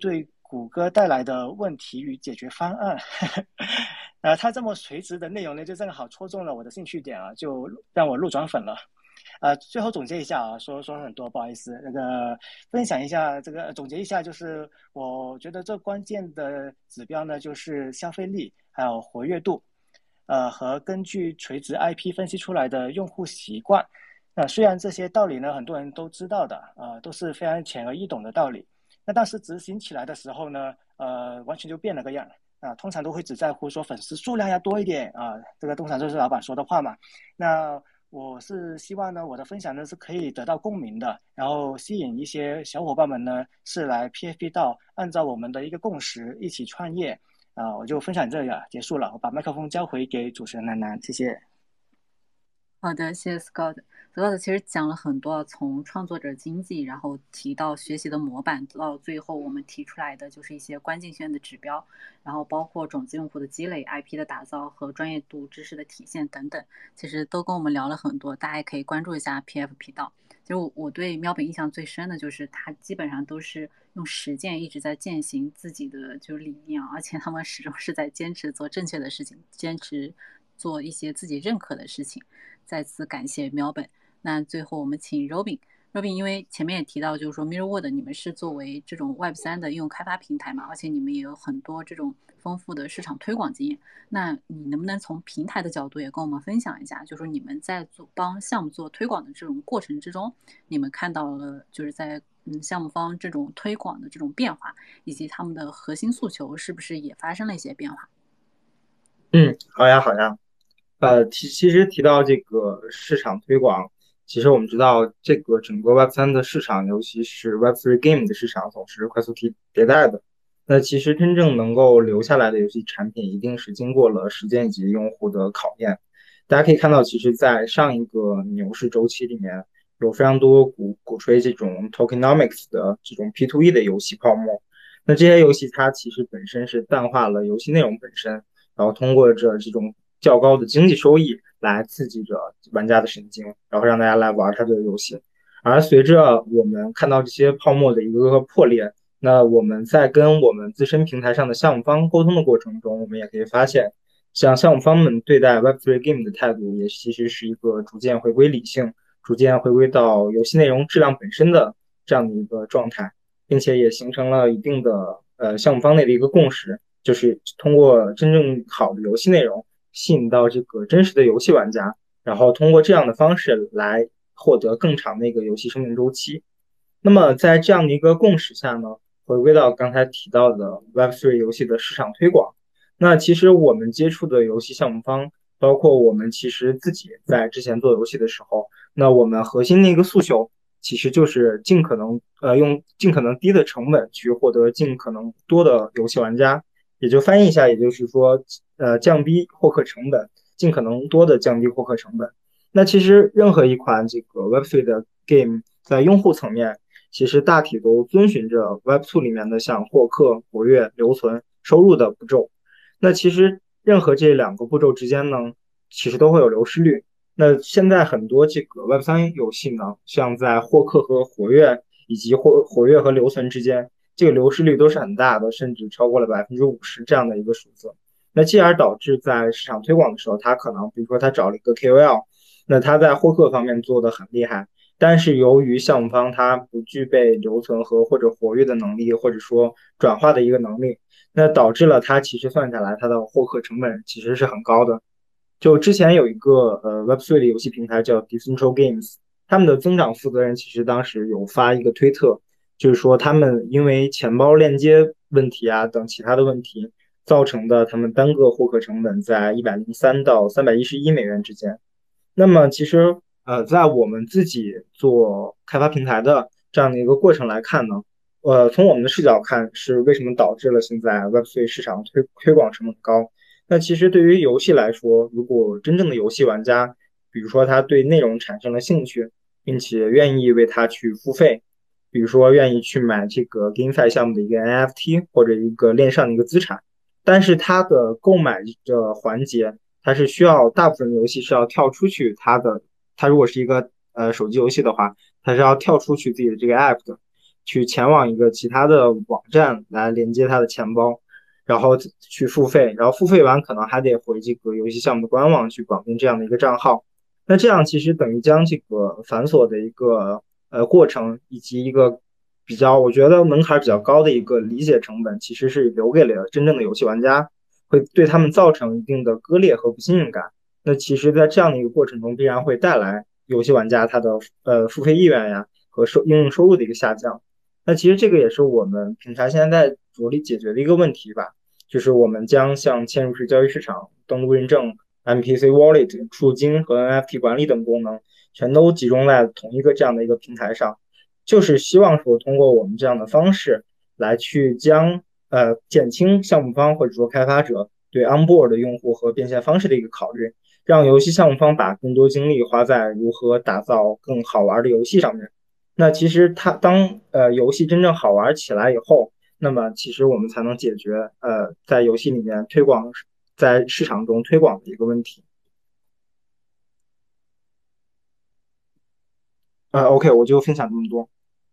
谷歌带来的问题与解决方案。呃，它这么垂直的内容呢，就正好戳中了我的兴趣点啊，就让我路转粉了。呃，最后总结一下啊，说说很多，不好意思，那个分享一下这个总结一下，就是我觉得最关键的指标呢，就是消费力还有活跃度，呃，和根据垂直 I P 分析出来的用户习惯。那、呃、虽然这些道理呢，很多人都知道的，呃，都是非常浅而易懂的道理，那但是执行起来的时候呢，呃，完全就变了个样。啊、呃，通常都会只在乎说粉丝数量要多一点啊、呃，这个通常就是老板说的话嘛。那我是希望呢，我的分享呢是可以得到共鸣的，然后吸引一些小伙伴们呢是来 P F P 到按照我们的一个共识一起创业啊、呃，我就分享这个结束了，我把麦克风交回给主持人楠楠，谢谢。 好的，谢谢 Scott。Scott 其实讲了很多，从创作者经济，然后提到学习的模板，到最后我们提出来的就是一些关键性的指标，然后包括种子用户的积累、I P 的打造和专业度知识的体现等等，其实都跟我们聊了很多，大家也可以关注一下 P F 频道。就我对喵本印象最深的就是他基本上都是用实践一直在践行自己的就理念，而且他们始终是在坚持做正确的事情，坚持做一些自己认可的事情。再次感谢喵本。那最后我们请 Robin。Robin 因为前面也提到，就是说 Mirrorworld 你们是作为这种 Web 三的应用开发平台嘛，而且你们也有很多这种丰富的市场推广经验。那你能不能从平台的角度也跟我们分享一下，就是说你们在做帮项目做推广的这种过程之中，你们看到了就是在嗯项目方这种推广的这种变化，以及他们的核心诉求是不是也发生了一些变化？ 嗯，好呀，好呀。呃，其其实提到这个市场推广，其实我们知道这个整个 Web 三的市场，尤其是 Web 三 Game 的市场，总是快速替迭代的。那其实真正能够留下来的游戏产品，一定是经过了时间以及用户的考验。大家可以看到，其实，在上一个牛市周期里面，有非常多鼓鼓吹这种 tokenomics 的这种 P to E 的游戏泡沫。那这些游戏它其实本身是淡化了游戏内容本身，然后通过着这种较高的经济收益来刺激着玩家的神经，然后让大家来玩它的游戏。而随着我们看到这些泡沫的一个个破裂，那我们在跟我们自身平台上的项目方沟通的过程中，我们也可以发现，像项目方们对待 Web 三 Game 的态度，也其实是一个逐渐回归理性、逐渐回归到游戏内容质量本身的这样的一个状态，并且也形成了一定的呃项目方内的一个共识，就是通过真正好的游戏内容吸引到这个真实的游戏玩家，然后通过这样的方式来获得更长的一个游戏生命周期。那么在这样的一个共识下呢，回归到刚才提到的 Web 三 游戏的市场推广，那其实我们接触的游戏项目方，包括我们其实自己在之前做游戏的时候，那我们核心的一个诉求其实就是尽可能呃用尽可能低的成本去获得尽可能多的游戏玩家，也就翻译一下，也就是说呃降低获客成本，尽可能多的降低获客成本。那其实任何一款这个 Web 三 的 game 在用户层面，其实大体都遵循着 Web 二 里面的像获客、活跃、留存、收入的步骤。那其实任何这两个步骤之间呢，其实都会有流失率。那现在很多这个 Web 三 游戏呢，像在获客和活跃以及活活跃和留存之间，这个流失率都是很大的，甚至超过了百分之五十这样的一个数字。那继而导致在市场推广的时候，他可能比如说他找了一个 K O L， 那他在获客方面做的很厉害，但是由于项目方他不具备留存和或者活跃的能力，或者说转化的一个能力，那导致了他其实算下来他的获客成本其实是很高的。就之前有一个呃 Web 三 的游戏平台叫 Decentral Games， 他们的增长负责人其实当时有发一个推特，就是说他们因为钱包链接问题啊等其他的问题造成的他们单个获客成本在一百零三到三百一十一美元之间。那么其实呃在我们自己做开发平台的这样的一个过程来看呢，呃从我们的视角看是为什么导致了现在 Web 三 市场推推广成本高。那其实对于游戏来说，如果真正的游戏玩家，比如说他对内容产生了兴趣，并且愿意为他去付费，比如说愿意去买这个 GameFi 项目的一个 N F T 或者一个链上的一个资产，但是它的购买的环节，它是需要大部分的游戏是要跳出去它的，它如果是一个呃手机游戏的话，它是要跳出去自己的这个 app 的。 去前往一个其他的网站来连接他的钱包，然后去付费，然后付费完可能还得回这个游戏项目的官网去绑定这样的一个账号。那这样其实等于将这个繁琐的一个呃过程以及一个比较我觉得门槛比较高的一个理解成本，其实是留给了真正的游戏玩家，会对他们造成一定的割裂和不信任感。那其实，在这样的一个过程中，必然会带来游戏玩家他的呃付费意愿呀和收应用收入的一个下降。那其实这个也是我们品牌现在在着力解决的一个问题吧，就是我们将像嵌入式交易市场、登录认证、M P C Wallet、储金和 N F T 管理等功能，全都集中在同一个这样的一个平台上，就是希望说通过我们这样的方式来去将呃减轻项目方或者说开发者对 onboard 的用户和变现方式的一个考虑，让游戏项目方把更多精力花在如何打造更好玩的游戏上面。那其实它当呃游戏真正好玩起来以后，那么其实我们才能解决呃在游戏里面推广在市场中推广的一个问题。呃，OK，我就分享这么多。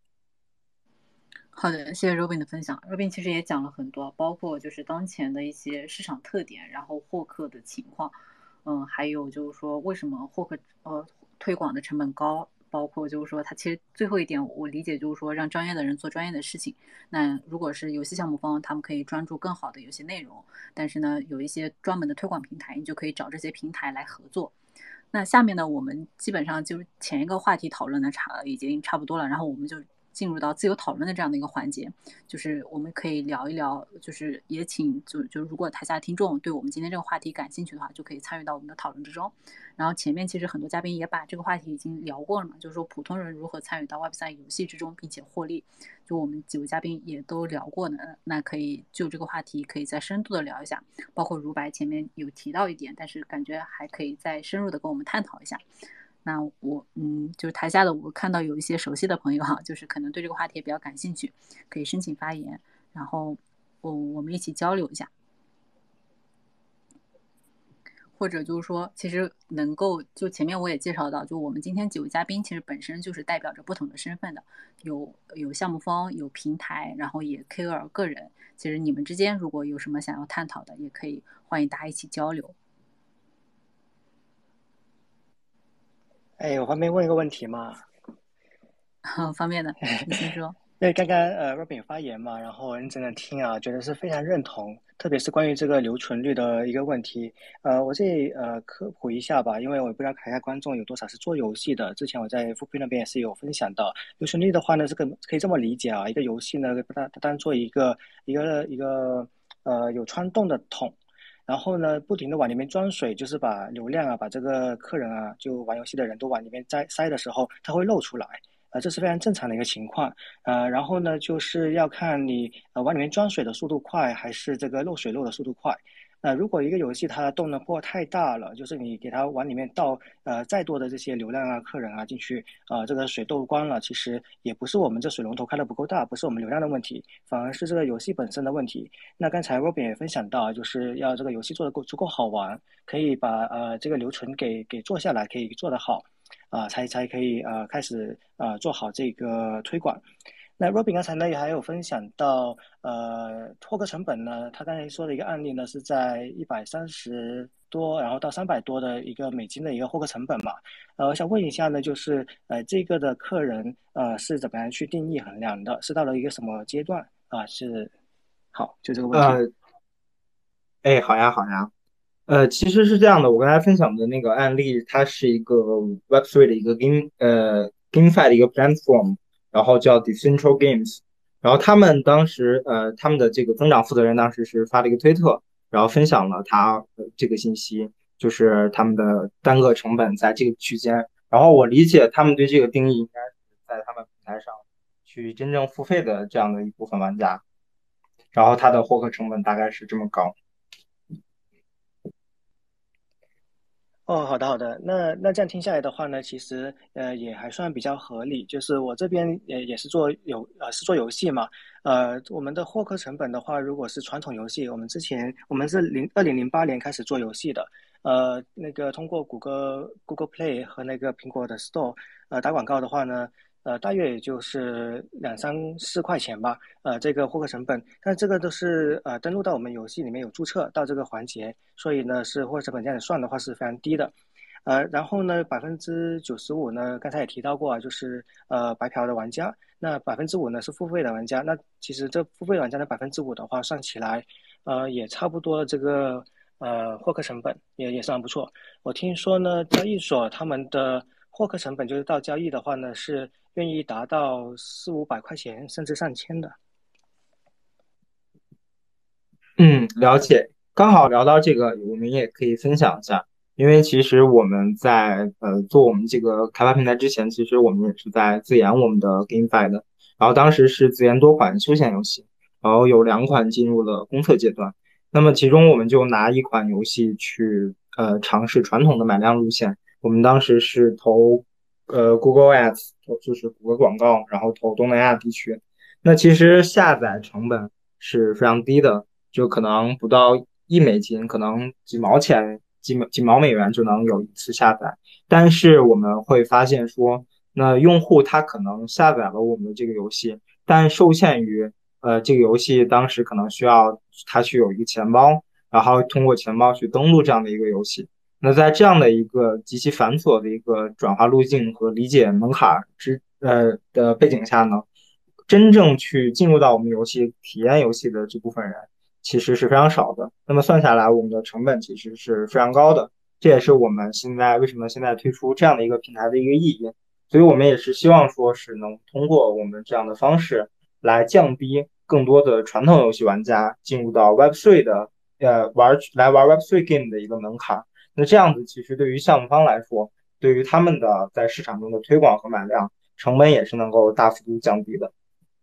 好的，谢谢 Robin 的分享。Robin 其实也讲了很多，包括就是当前的一些市场特点，然后获客的情况，嗯，还有就是说为什么获客呃推广的成本高，包括就是说它其实最后一点我理解就是说让专业的人做专业的事情。那如果是游戏项目方，他们可以专注更好的游戏内容，但是呢有一些专门的推广平台，你就可以找这些平台来合作。那下面呢，我们基本上就是前一个话题讨论的差已经差不多了，然后我们就进入到自由讨论的这样的一个环节，就是我们可以聊一聊，就是也请就就如果台下听众对我们今天这个话题感兴趣的话，就可以参与到我们的讨论之中。然后前面其实很多嘉宾也把这个话题已经聊过了嘛，就是说普通人如何参与到 Web 三 游戏之中并且获利，就我们几位嘉宾也都聊过呢。那可以就这个话题可以再深度的聊一下，包括如白前面有提到一点，但是感觉还可以再深入的跟我们探讨一下。那我嗯，就是台下的我看到有一些熟悉的朋友哈，就是可能对这个话题也比较感兴趣，可以申请发言，然后我我们一起交流一下。或者就是说，其实能够就前面我也介绍到，就我们今天几位嘉宾其实本身就是代表着不同的身份的，有有项目方，有平台，然后也 K O L 个人。其实你们之间如果有什么想要探讨的，也可以欢迎大家一起交流。 哎，我方便问一个问题吗？ 方便的，你先说。 因为刚刚呃 Robin 发言嘛，然后认真的听啊，觉得是非常认同，特别是关于这个留存率的一个问题。呃，我这里呃科普一下吧，因为我不知道台下观众有多少是做游戏的。之前我在富平那边也是有分享到，留存率的话呢，这个可以这么理解啊，一个游戏呢，把它当做一个一个一个呃有穿洞的桶。然后呢，不停的往里面装水，就是把流量啊，把这个客人啊，就玩游戏的人都往里面塞塞的时候，它会漏出来。呃，这是非常正常的一个情况，呃，然后呢，就是要看你呃往里面装水的速度快，还是这个漏水漏的速度快。呃，如果一个游戏它的动能破太大了，就是你给它往里面倒呃再多的这些流量啊、客人啊进去，呃，这个水漏光了，其实也不是我们这水龙头开的不够大，不是我们流量的问题，反而是这个游戏本身的问题。那刚才 Robin 也分享到，就是要这个游戏做的够足够好玩，可以把呃这个留存给给做下来，可以做得好。啊、呃，才才可以呃开始呃做好这个推广。那 Robin 刚才呢也还有分享到，呃，获客成本呢，他刚才说的一个案例呢是在一百三十多，然后到三百多的一个美金的一个获客成本嘛。呃，我想问一下呢，就是呃这个的客人呃是怎么样去定义衡量的？是到了一个什么阶段啊、呃？是好，就这个问题。 呃，哎，好呀，好呀。呃，其实是这样的，我刚才分享的那个案例，它是一个 Web 三 的一个 game 呃 GameFi 的一个 platform，然后叫 Decentral Games，然后他们当时呃他们的这个增长负责人当时是发了一个推特，然后分享了他呃这个信息，就是他们的单个成本在这个区间，然后我理解他们对这个定义应该是在他们平台上去真正付费的这样的一部分玩家，然后它的获客成本大概是这么高。 哦，好的好的，那那这样听下来的话呢，其实呃也还算比较合理。就是我这边也也是做游呃是做游戏嘛，呃我们的获客成本的话，如果是传统游戏，我们之前我们是零二零零八年开始做游戏的，呃那个通过谷歌 Google Play 和那个苹果的 Store 呃打广告的话呢， 呃，大约也就是两三四块钱吧，呃，这个获客成本，但这个都是呃登录到我们游戏里面有注册到这个环节，所以呢是获客成本这样子算的话是非常低的。呃，然后呢，百分之九十五呢，刚才也提到过啊，就是呃白嫖的玩家，那百分之五呢是付费的玩家，那其实这付费玩家的百分之五的话，算起来，呃也差不多这个呃获客成本也也算不错。我听说呢，交易所他们的获客成本就是到交易的话呢，是愿意达到四五百块钱甚至上千的。 嗯，了解。刚好聊到这个，我们也可以分享一下，因为其实我们在呃做我们这个开发平台之前，其实我们也是在自研我们的 GameFi 的。然后当时是自研多款休闲游戏，然后有两款进入了公测阶段。那么其中我们就拿一款游戏去呃尝试传统的买量路线。我们当时是投呃 Google Ads，就是谷歌广告，然后投东南亚地区。那其实下载成本是非常低的。就可能不到一美金，可能几毛钱、几毛几毛美元就能有一次下载。但是我们会发现说，那用户他可能下载了我们的这个游戏，但受限于呃这个游戏当时可能需要他去有一个钱包，然后通过钱包去登录这样的一个游戏。那在这样的一个极其繁琐的一个转化路径和理解门槛之呃的背景下呢，真正去进入到我们游戏体验游戏的这部分人。其实是非常少的。那么算下来，我们的成本其实是非常高的，这也是我们现在为什么现在推出这样的一个平台的一个意义。所以我们也是希望说是能通过我们这样的方式来降低更多的传统游戏玩家进入到 Web 三 的呃玩来玩 Web 三 game 的一个门槛。那这样子其实对于项目方来说，对于他们的在市场中的推广和买量，成本也是能够大幅度降低的。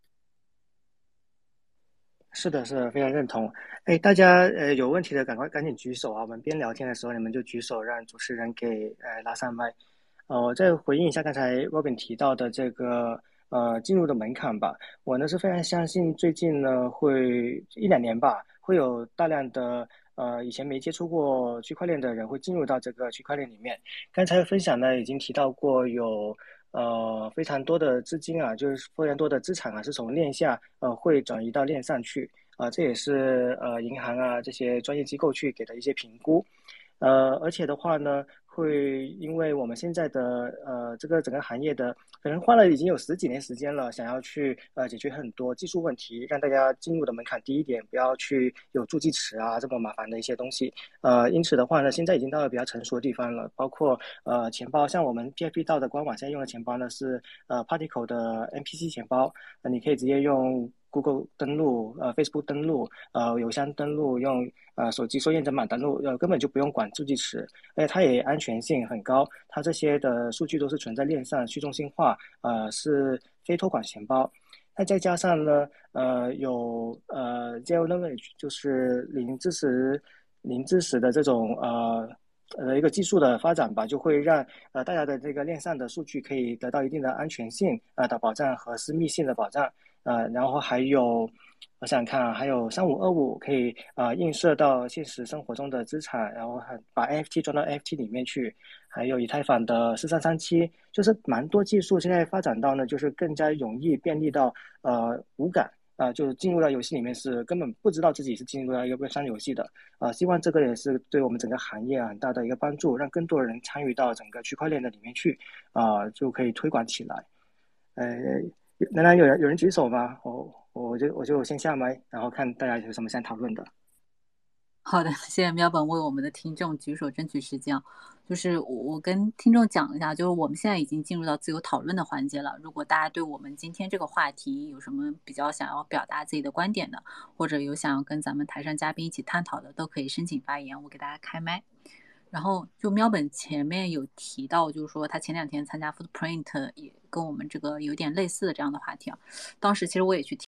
是的，是的，非常认同。哎，大家呃有问题的赶快赶紧举手啊！我们边聊天的时候，你们就举手，让主持人给呃拉上麦。呃，我再回应一下刚才 Robin 提到的这个呃进入的门槛吧。我呢是非常相信最近呢会一两年吧，会有大量的呃以前没接触过区块链的人会进入到这个区块链里面。刚才分享呢已经提到过有。呃，非常多的资金啊，就是非常多的资产啊，是从链下呃会转移到链上去啊、呃，这也是呃银行啊这些专业机构去给的一些评估。呃，而且的话呢，会因为我们现在的呃这个整个行业的可能花了已经有十几年时间了，想要去呃解决很多技术问题，让大家进入的门槛低一点，不要去有助记词啊这么麻烦的一些东西。呃，因此的话呢，现在已经到了比较成熟的地方了，包括呃钱包，像我们 P F P 道的官网现在用的钱包呢是呃 Particle 的 N P C 钱包，呃，你可以直接用 Google 登录，呃 Facebook 登录，呃邮箱登录，用呃手机收验证码登录，呃根本就不用管助记词，而且它也安全性很高，它这些的数据都是存在链上，去中心化，呃是非托管钱包。那再加上呢，呃，有呃 zero knowledge，就是零知识、零知识的这种呃呃一个技术的发展吧，就会让呃大家的这个链上的数据可以得到一定的安全性啊、呃、的保障和私密性的保障，呃，然后还有。我想想看啊，还有三五二五可以啊、呃、映射到现实生活中的资产，然后还把 N F T 装到 N F T 里面去，还有以太坊的四三三七，就是蛮多技术现在发展到呢，就是更加容易便利到呃无感啊、呃，就是进入到游戏里面是根本不知道自己是进入到一个 Web 三 游戏的啊、呃，希望这个也是对我们整个行业啊很大的一个帮助，让更多人参与到整个区块链的里面去啊、呃，就可以推广起来。呃，仍然有人有人举手吗？我我就我就先下麦，然后看大家有什么想讨论的。 好的，谢谢喵本为我们的听众举手争取时间。就是我跟听众讲一下，就是我们现在已经进入到自由讨论的环节了。如果大家对我们今天这个话题有什么比较想要表达自己的观点的，或者有想要跟咱们台上嘉宾一起探讨的，都可以申请发言，我给大家开麦。然后就喵本前面有提到，就是说他前两天参加 Footprint 也跟我们这个有点类似的这样的话题啊。当时其实我也去听。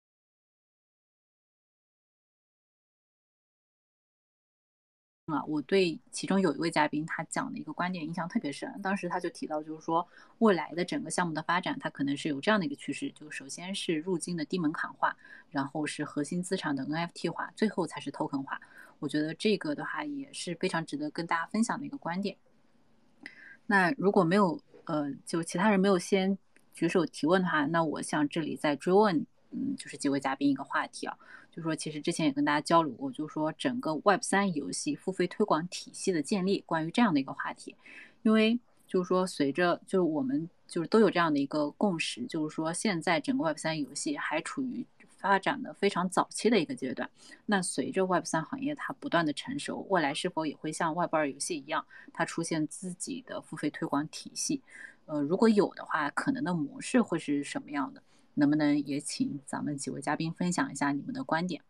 啊，我对其中有一位嘉宾他讲的一个观点印象特别深。当时他就提到，就是说未来的整个项目的发展，它可能是有这样的一个趋势，就首先是入金的低门槛化，然后是核心资产的 N F T 化，最后才是 token 化。我觉得这个的话也是非常值得跟大家分享的一个观点。那如果没有呃，就其他人没有先举手提问的话，那我想这里再追问，嗯，就是几位嘉宾一个话题啊，就说其实之前也跟大家交流过，就说整个 Web 三 游戏付费推广体系的建立，关于这样的一个话题，因为就是说随着就是我们就是都有这样的一个共识，就是说现在整个 Web 三 游戏还处于发展的非常早期的一个阶段，那随着 Web 三 行业它不断的成熟，未来是否也会像 Web 二 游戏一样，它出现自己的付费推广体系？呃，如果有的话，可能的模式会是什么样的？能不能也请咱们几位嘉宾分享一下你们的观点？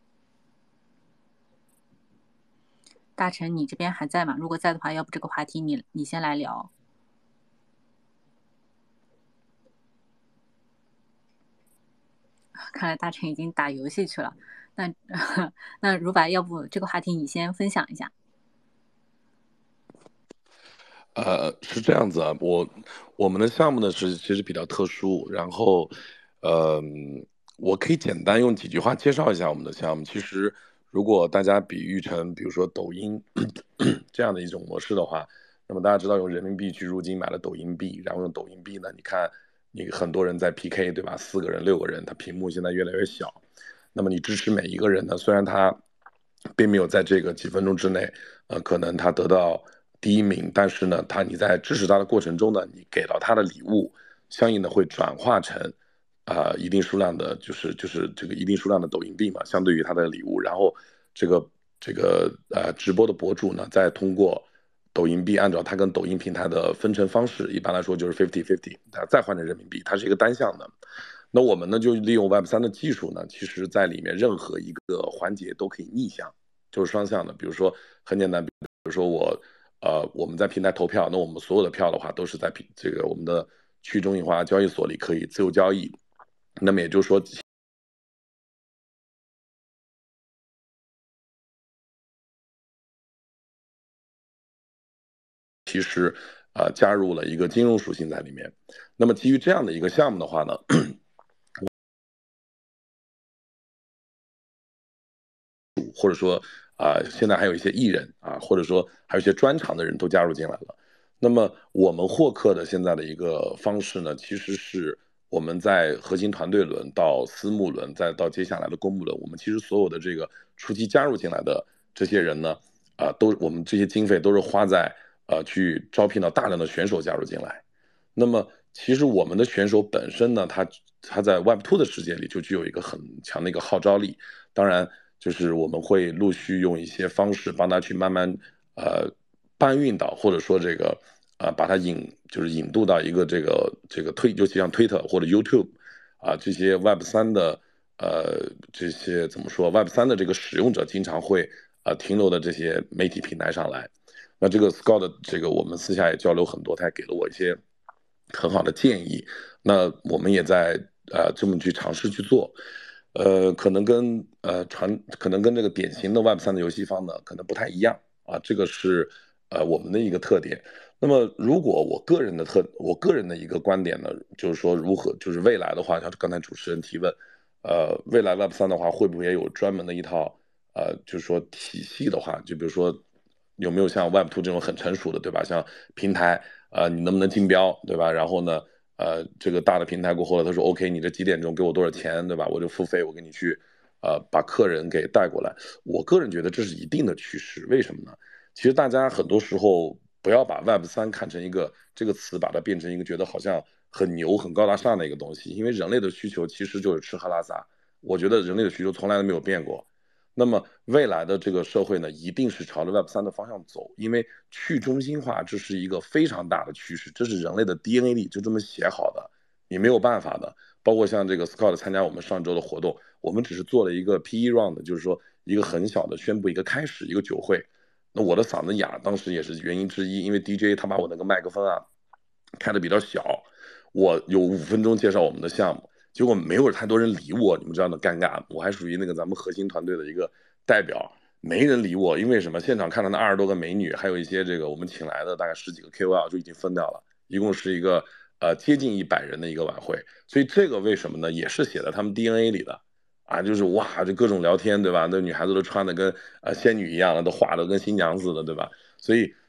大成，你这边还在吗？如果在的话，要不这个话题你你先来聊。看来大成已经打游戏去了。那那如白，要不这个话题你先分享一下？ 呃，是这样子啊，我我们的项目呢是其实比较特殊，然后，呃，我可以简单用几句话介绍一下我们的项目。其实，如果大家比喻成比如说抖音这样的一种模式的话，那么大家知道用人民币去入金买了抖音币，然后用抖音币呢，你看你很多人在 P K 对吧？四个人、六个人，它屏幕现在越来越小，那么你支持每一个人呢，虽然他并没有在这个几分钟之内，呃，可能他得到第一名，但是呢，他你在支持他的过程中呢，你给到他的礼物，相应的会转化成，啊、呃，一定数量的，就是就是这个一定数量的抖音币嘛，相对于他的礼物，然后这个这个呃直播的博主呢，再通过抖音币按照他跟抖音平台的分成方式，一般来说就是 fifty fifty， 再换成人民币，它是一个单向的。那我们呢，就利用 Web 三 的技术呢，其实在里面任何一个环节都可以逆向，就是双向的。比如说很简单，比如说我，呃，我们在平台投票，那我们所有的票的话都是在这个我们的去中心化交易所里可以自由交易。那么也就是说，其实呃加入了一个金融属性在里面。那么基于这样的一个项目的话呢，或者说啊、呃，现在还有一些艺人啊，或者说还有一些专长的人都加入进来了。那么我们获客的现在的一个方式呢，其实是我们在核心团队轮到私募轮，再到接下来的公募轮，我们其实所有的这个初期加入进来的这些人呢，啊、呃，都我们这些经费都是花在呃去招聘到大量的选手加入进来。那么其实我们的选手本身呢，他他在 Web 二 的世界里就具有一个很强的一个号召力。当然，就是我们会陆续用一些方式帮他去慢慢呃搬运到，或者说这个呃把他引就是引渡到一个这个这个推，尤其像 Twitter 或者 YouTube 啊这些 Web 三 的呃这些怎么说 Web 三 的这个使用者经常会呃停留的这些媒体平台上来。那这个 Scott 这个我们私下也交流很多，他也给了我一些很好的建议。那我们也在呃这么去尝试去做。呃，可能跟呃传，可能跟这个典型的 Web 三 的游戏方呢，可能不太一样啊，这个是呃我们的一个特点。那么，如果我个人的特，我个人的一个观点呢，就是说如何，就是未来的话，像刚才主持人提问，呃，未来 Web 三 的话，会不会也有专门的一套呃，就是说体系的话，就比如说有没有像 Web 二 这种很成熟的，对吧？像平台，呃，你能不能竞标，对吧？然后呢？呃，这个大的平台过后了，他说 OK， 你这几点钟给我多少钱，对吧？我就付费，我给你去，呃，把客人给带过来。我个人觉得这是一定的趋势，为什么呢？其实大家很多时候不要把 Web 三 看成一个这个词，把它变成一个觉得好像很牛、很高大上的一个东西，因为人类的需求其实就是吃喝拉撒。我觉得人类的需求从来都没有变过。那么未来的这个社会呢，一定是朝着 Web 三 的方向走，因为去中心化这是一个非常大的趋势，这是人类的 D N A 里就这么写好的，你没有办法的。包括像这个 Scott 参加我们上周的活动，我们只是做了一个 P E round， 就是说一个很小的宣布一个开始，一个酒会。那我的嗓子哑，当时也是原因之一，因为 D J 他把我那个麦克风啊开的比较小，我有五分钟介绍我们的项目。结果没有太多人理我，你们知道的尴尬，我还属于那个咱们核心团队的一个代表，没人理我，因为什么？现场看到那二十多个美女，还有一些这个我们请来的大概十几个 K O L 就已经分掉了，一共是一个呃接近一百人的一个晚会，所以这个为什么呢？也是写在他们 D N A 里的啊，就是哇，就各种聊天，对吧？那女孩子都穿的跟呃仙女一样了，都化的跟新娘似的，对吧？所以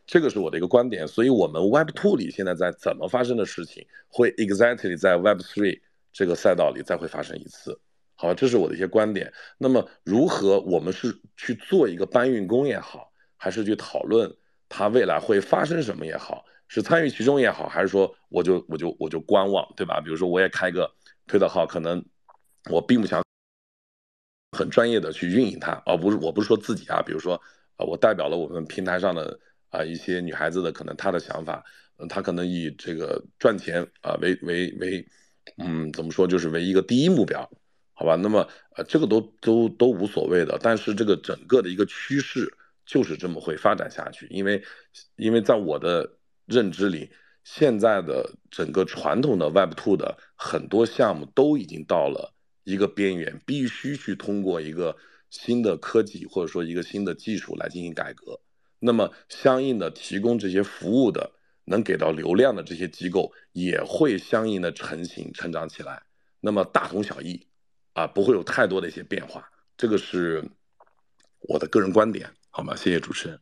这个是我的一个观点。所以我们 Web 二 里现在在怎么发生的事情，会 exactly 在 Web 三这个赛道里再会发生一次。好吧，这是我的一些观点。那么如何我们是去做一个搬运工也好，还是去讨论它未来会发生什么也好，是参与其中也好，还是说我就我就我就观望，对吧？比如说我也开个推特号，可能我并不想很专业的去运营它，而不是我不是说自己啊，比如说啊、呃，我代表了我们平台上的啊、呃、一些女孩子的可能她的想法，嗯、呃，她可能以这个赚钱啊、呃、为为为，嗯，怎么说就是为一个第一目标。好吧，那么呃，这个都都都无所谓的，但是这个整个的一个趋势就是这么会发展下去，因为因为在我的认知里，现在的整个传统的 Web 二 的很多项目都已经到了一个边缘，必须去通过一个新的科技或者说一个新的技术来进行改革。那么相应的提供这些服务的，能给到流量的这些机构也会相应的成型成长起来，那么大同小异。啊，不会有太多的一些变化，这个是我的个人观点，好吗？谢谢主持人。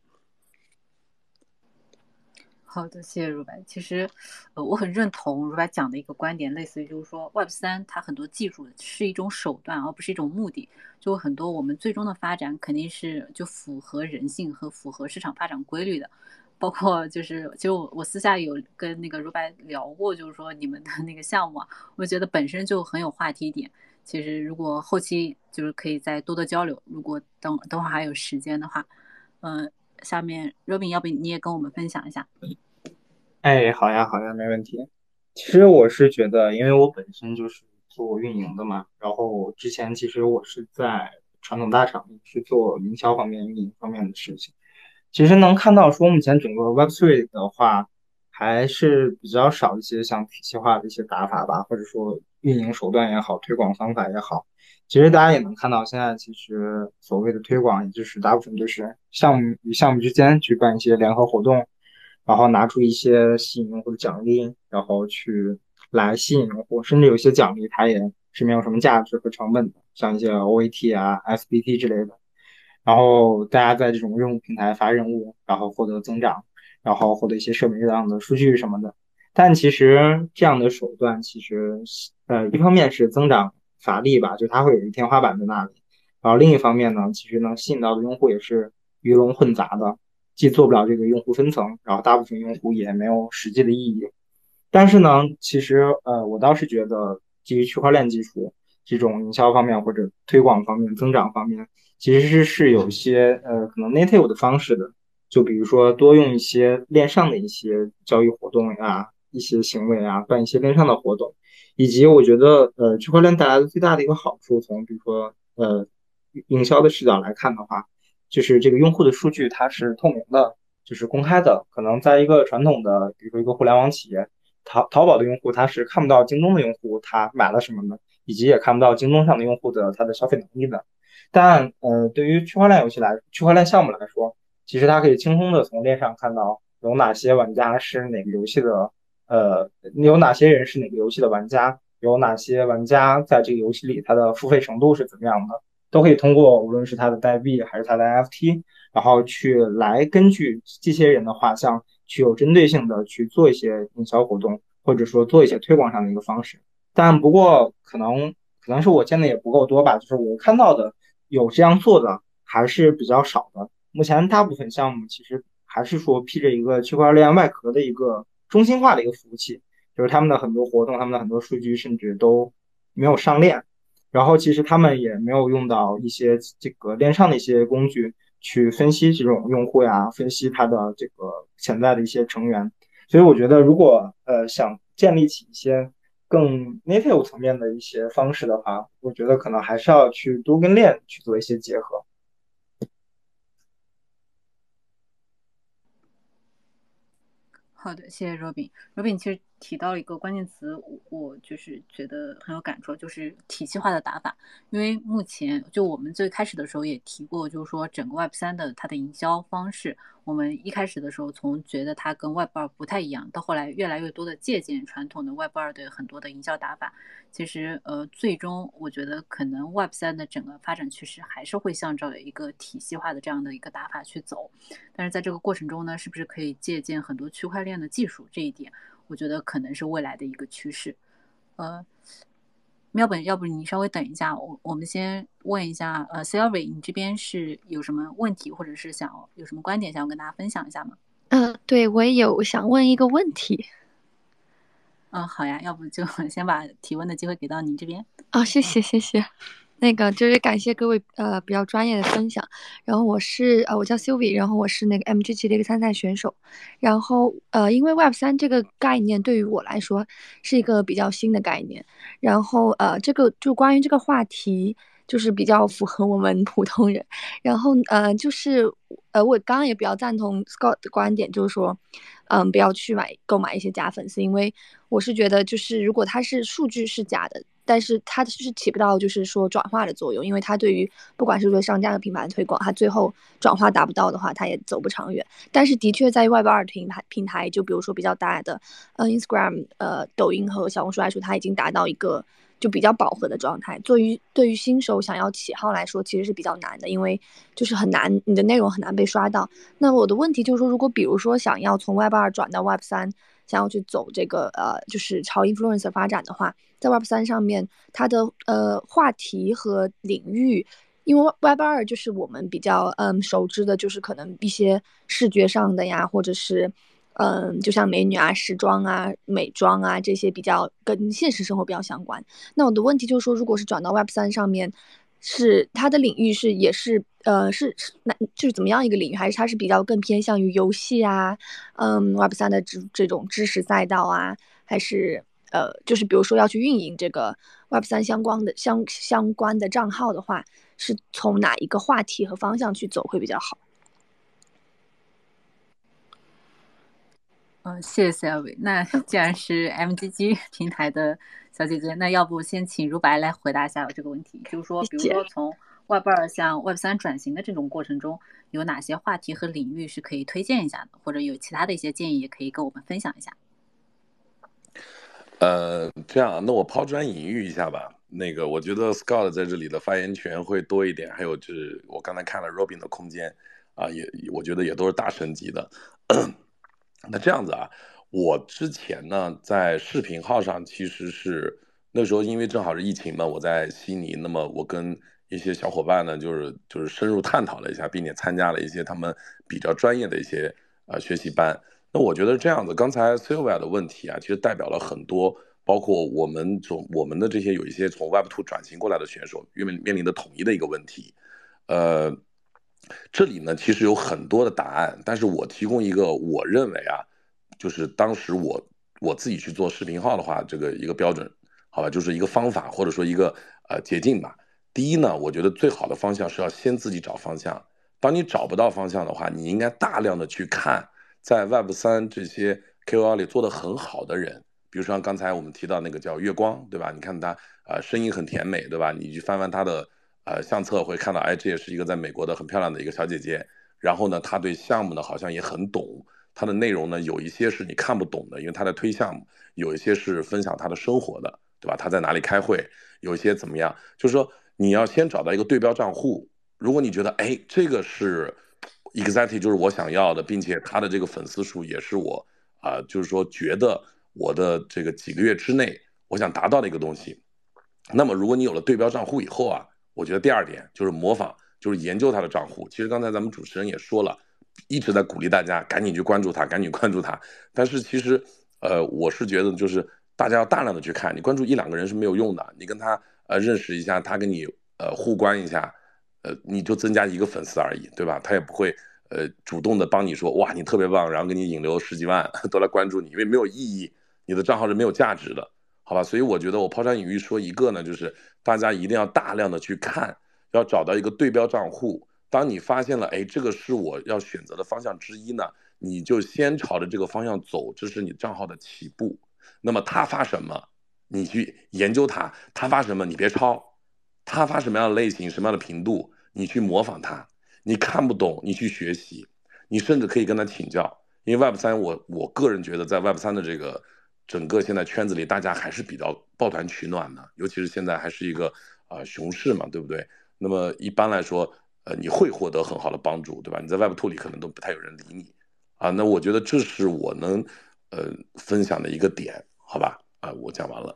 好的，谢谢如白。其实，呃，我很认同如白讲的一个观点，类似于就是说 Web 三它很多技术是一种手段，而不是一种目的。就很多我们最终的发展肯定是就符合人性和符合市场发展规律的。包括就是，其实我我私下有跟那个如白聊过，就是说你们的那个项目啊，我觉得本身就很有话题点。其实如果后期就是可以再多多交流，如果等等会儿还有时间的话，嗯、呃，下面 Robin 要不你也跟我们分享一下？ 哎，好呀，好呀，没问题。其实我是觉得，因为我本身就是做运营的嘛，然后之前其实我是在传统大厂是做营销方面、运营方面的事情。其实能看到说，目前整个 Web 三 的话，还是比较少一些像体系化的一些打法吧，或者说运营手段也好，推广方法也好。其实大家也能看到，现在其实所谓的推广，也就是大部分就是项目与项目之间举办一些联合活动，然后拿出一些吸引用户的奖励，然后去来吸引用户，甚至有些奖励它也是没有什么价值和成本的，像一些 O A T 啊、S B T 之类的。然后大家在这种任务平台发任务，然后获得增长，然后获得一些社媒上的数据什么的。但其实这样的手段，其实呃，一方面是增长乏力吧，就它会有一个天花板在那里。然后另一方面呢，其实能吸引到的用户也是鱼龙混杂的，既做不了这个用户分层，然后大部分用户也没有实际的意义。但是呢，其实呃，我倒是觉得基于区块链技术这种营销方面或者推广方面、增长方面，其实是是有一些呃可能 native 的方式的。就比如说多用一些链上的一些交易活动呀、一些行为啊，办一些链上的活动，以及我觉得呃区块链带来的最大的一个好处，从比如说呃营销的视角来看的话，就是这个用户的数据它是透明的，就是公开的。可能在一个传统的，比如说一个互联网企业。淘淘宝的用户他是看不到京东的用户他买了什么的，以及也看不到京东上的用户的他的消费能力的。但呃，对于区块链游戏来，区块链项目来说，其实它可以轻松的从链上看到有哪些玩家是哪个游戏的，呃，有哪些人是哪个游戏的玩家，有哪些玩家在这个游戏里他的付费程度是怎么样的，都可以通过无论是他的代币还是他的 N F T，然后去来根据这些人的画像。去有针对性的去做一些营销活动，或者说做一些推广上的一个方式。但不过可能可能是我见的也不够多吧，就是我看到的有这样做的还是比较少的。目前大部分项目其实还是说披着一个区块链外壳的一个中心化的一个服务器，就是他们的很多活动，他们的很多数据甚至都没有上链。然后其实他们也没有用到一些这个链上的一些工具去分析这种用户呀，分析他的这个潜在的一些成员。所以我觉得，如果呃想建立起一些更 native 层面的一些方式的话，我觉得可能还是要去多跟链去做一些结合。 好的，谢谢 Robin。Robin 其实提到了一个关键词，我我就是觉得很有感触，就是体系化的打法。因为目前就我们最开始的时候也提过，就是说整个 Web 三的它的营销方式，我们一开始的时候从觉得它跟 Web 二不太一样，到后来越来越多的借鉴传统的 Web 二的很多的营销打法。其实呃，最终我觉得可能 Web 三的整个发展趋势还是会向着一个体系化的这样的一个打法去走。但是在这个过程中呢，是不是可以借鉴很多区块链的技术，这一点我觉得可能是未来的一个趋势。呃，喵本，要不你稍微等一下，我我们先问一下，呃 Sylvie， 你这边是有什么问题，或者是想有什么观点想要跟大家分享一下吗？ 嗯、呃，对，我也有想问一个问题。 嗯，好呀，要不就先把提问的机会给到您这边。 哦，谢谢谢谢。那个就是感谢各位呃比较专业的分享，然后我是呃我叫 Sylvie， 然后我是那个 M G G 的一个参赛选手，然后呃因为 Web 三这个概念对于我来说是一个比较新的概念，然后呃这个就关于这个话题就是比较符合我们普通人，然后呃就是呃我刚刚也比较赞同 Scott 的观点，就是说嗯不要去买购买一些假粉丝，因为我是觉得就是如果它是数据是假的，但是它是起不到就是说转化的作用，因为它对于不管是对商家的品牌的推广，它最后转化达不到的话，它也走不长远。但是的确在 Web 二平台平台，就比如说比较大的呃 Instagram、呃抖音和小红书来说，它已经达到一个就比较饱和的状态。对于对于新手想要起号来说，其实是比较难的，因为就是很难，你的内容很难被刷到。那我的问题就是说，如果比如说想要从 Web 二转到 Web 三，想要去走这个呃就是朝 influencer 发展的话，在 Web 三上面，它的呃话题和领域，因为 Web 二就是我们比较嗯熟知的，就是可能一些视觉上的呀，或者是嗯就像美女啊、时装啊、美妆啊这些比较跟现实生活比较相关。那我的问题就是说，如果是转到 Web 三上面，是它的领域是也是呃是是那就是怎么样一个领域，还是它是比较更偏向于游戏啊，嗯 Web 三的这这种知识赛道啊，还是呃就是比如说要去运营这个 Web 三相关的相相关的账号的话，是从哪一个话题和方向去走会比较好？ 嗯，谢谢 Sylvie。那既然是 M G G 平台的小姐姐，那要不先请如白来回答一下这个问题，就是说，比如说从 Web 二向 Web 三转型的这种过程中，有哪些话题和领域是可以推荐一下的，或者有其他的一些建议也可以跟我们分享一下。 呃，这样，那我抛砖引玉一下吧。那个，我觉得 Scott 在这里的发言权会多一点，还有就是我刚才看了 Robin 的空间啊，也我觉得也都是大神级的。那这样子啊，我之前呢在视频号上其实是那时候因为正好是疫情嘛，我在悉尼，那么我跟一些小伙伴呢就是就是深入探讨了一下，并且参加了一些他们比较专业的一些呃学习班。那我觉得这样子，刚才 Sylvia 的问题啊，其实代表了很多，包括我们从我们的这些有一些从 Web 二 转型过来的选手面面临的统一的一个问题。呃，这里呢其实有很多的答案，但是我提供一个我认为啊，就是当时我我自己去做视频号的话，这个一个标准，好吧，就是一个方法或者说一个呃捷径吧。第一呢，我觉得最好的方向是要先自己找方向。当你找不到方向的话，你应该大量的去看在 Web 三这些 K O L 里做得很好的人，比如说像刚才我们提到那个叫月光，对吧？你看他呃声音很甜美，对吧？你去翻翻他的呃相册会看到，哎，这也是一个在美国的很漂亮的一个小姐姐。然后呢，他对项目呢好像也很懂，他的内容呢有一些是你看不懂的，因为他在推项目，有一些是分享他的生活的，对吧？他在哪里开会，有一些怎么样，就是说你要先找到一个对标账户。如果你觉得哎这个是 exactly 就是我想要的，并且他的这个粉丝数也是我啊、呃，就是说觉得我的这个几个月之内我想达到的一个东西，那么如果你有了对标账户以后啊，我觉得第二点就是模仿，就是研究他的账户。其实刚才咱们主持人也说了，一直在鼓励大家赶紧去关注他，赶紧关注他。但是其实呃，我是觉得就是大家要大量的去看，你关注一两个人是没有用的，你跟他呃认识一下，他跟你呃互关一下。呃，你就增加一个粉丝而已，对吧？他也不会呃主动的帮你说哇你特别棒，然后给你引流十几万都来关注你，因为没有意义，你的账号是没有价值的，好吧？所以我觉得我抛砖引玉说一个呢，就是大家一定要大量的去看，要找到一个对标账户。当你发现了，哎，这个是我要选择的方向之一呢，你就先朝着这个方向走，这是你账号的起步， 那么他发什么，你去研究它，他发什么你别抄，他发什么样的类型，什么样的频度，你去模仿他。你看不懂，你去学习，你甚至可以跟他请教。因为 Web 三，我我个人觉得在 Web 三的这个整个现在圈子里，大家还是比较抱团取暖的，尤其是现在还是一个啊、呃、熊市嘛，对不对？那么一般来说，呃，你会获得很好的帮助，对吧？你在 Web 二里可能都不太有人理你啊。那我觉得这是我能呃分享的一个点，好吧？啊，我讲完了。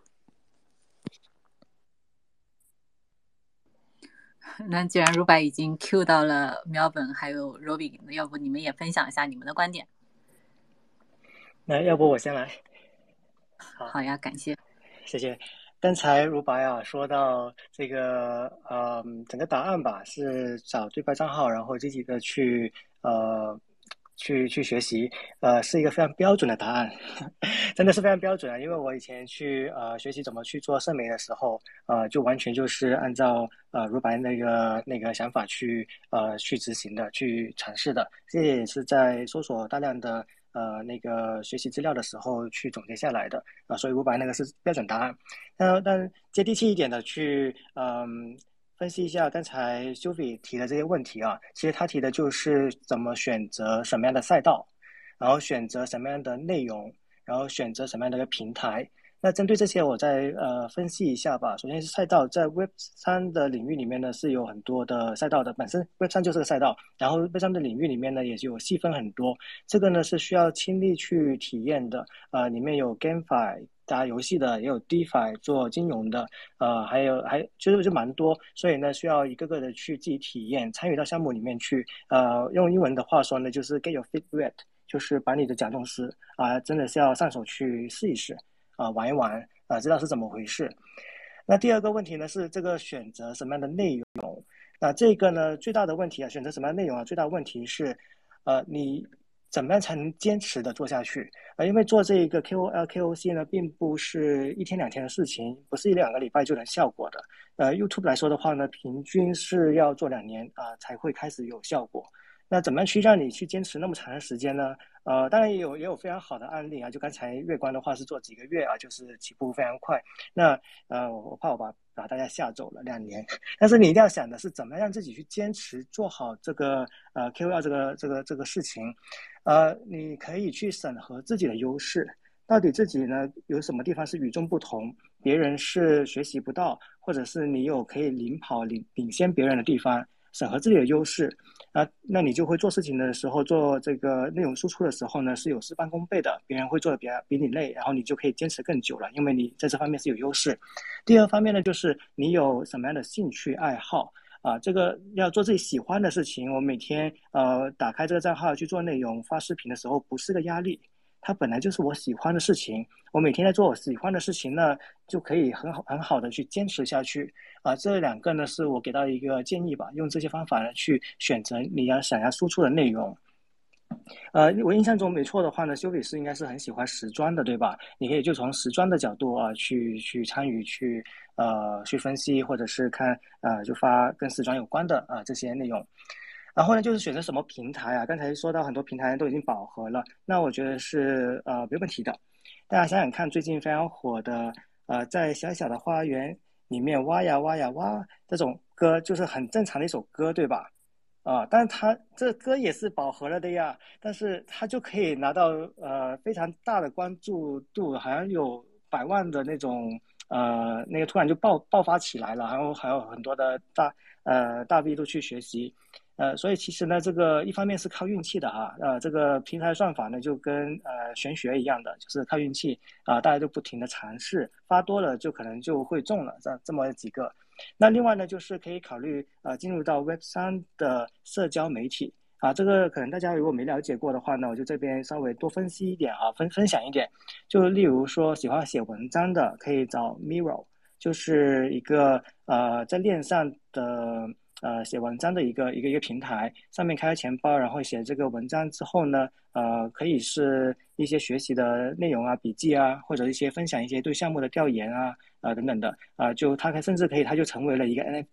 那既然如白已经 Q 到了 Melvin 还有 Robin， 要不你们也分享一下你们的观点？ 那要不我先来。 好，好呀，感谢， 谢谢。刚才如白啊说到这个呃整个答案吧，是找对白账号，然后积极的去呃去去学习，呃是一个非常标准的答案，真的是非常标准啊。因为我以前去呃学习怎么去做社媒的时候，呃就完全就是按照呃如白那个那个想法去呃去执行的，去尝试的。这也是在搜索大量的呃那个学习资料的时候去总结下来的啊、呃，所以五百那个是标准答案。但但接地气一点的去嗯分析一下刚才 Sophie 提的这些问题啊，其实他提的就是怎么选择什么样的赛道，然后选择什么样的内容，然后选择什么样的一个平台。那针对这些，我再呃分析一下吧。首先是赛道，在 Web 三的领域里面呢，是有很多的赛道的，本身 Web 三就是个赛道，然后 Web 三的领域里面呢，也就有细分很多。这个呢是需要亲力去体验的，呃，里面有 GameFi 打游戏的，也有 DeFi 做金融的，呃，还有还就是就蛮多，所以呢需要一个个的去自己体验，参与到项目里面去。呃，用英文的话说呢，就是 get your feet wet，就是把你的假动词啊、呃，真的是要上手去试一试。啊、呃，玩一玩啊、呃，知道是怎么回事。那第二个问题呢是这个选择什么样的内容？那这个呢最大的问题啊，选择什么样的内容啊？最大的问题是，呃，你怎么样才能坚持的做下去啊、呃？因为做这个 K O L、K O C 呢，并不是一天两天的事情，不是一两个礼拜就能效果的。呃 ，YouTube 来说的话呢，平均是要做两年啊、呃、才会开始有效果。那怎么样去让你去坚持那么长的时间呢？呃，当然也有也有非常好的案例啊，就刚才月光的话是做几个月啊，就是起步非常快。那呃，我怕我把把大家吓走了两年，但是你一定要想的是怎么样让自己去坚持做好这个呃 K O L 这个这个这个事情。呃，你可以去审核自己的优势，到底自己呢有什么地方是与众不同，别人是学习不到，或者是你有可以领跑领领先别人的地方，审核自己的优势。啊，那你就会做事情的时候，做这个内容输出的时候呢，是有事半功倍的。别人会做的比比你累，然后你就可以坚持更久了，因为你在这方面是有优势。第二方面呢，就是你有什么样的兴趣爱好啊？这个要做自己喜欢的事情。我每天呃打开这个账号去做内容、发视频的时候，不是个压力。它本来就是我喜欢的事情，我每天在做我喜欢的事情呢，就可以很好很好的去坚持下去啊。这两个呢是我给到一个建议吧，用这些方法呢去选择你要想要输出的内容。呃，我印象中没错的话呢，修比斯应该是很喜欢时装的，对吧？你可以就从时装的角度啊去去参与去呃去分析，或者是看呃就发跟时装有关的啊、呃、这些内容。然后呢，就是选择什么平台啊？刚才说到很多平台都已经饱和了，那我觉得是呃没问题的。大家想想看，最近非常火的呃，在小小的花园里面挖呀挖呀挖这种歌，就是很正常的一首歌，对吧？啊，但是它这歌也是饱和了的呀，但是它就可以拿到呃非常大的关注度，好像有百万的那种呃那个突然就爆爆发起来了，然后还有很多的大呃大 V 都去学习。呃，所以其实呢，这个一方面是靠运气的哈，呃，这个平台算法呢就跟呃玄学一样的，就是靠运气啊、呃，大家就不停的尝试，发多了就可能就会中了，这这么几个。那另外呢，就是可以考虑呃进入到 Web 三的社交媒体啊，这个可能大家如果没了解过的话呢，我就这边稍微多分析一点啊，分分享一点，就例如说喜欢写文章的可以找 Miro， 就是一个呃在链上的。呃，写文章的一个一个一个平台，上面开了钱包，然后写这个文章之后呢，呃，可以是一些学习的内容啊、笔记啊，或者一些分享一些对项目的调研啊，啊、呃、等等的，啊、呃，就它甚至可以，它就成为了一个 N F T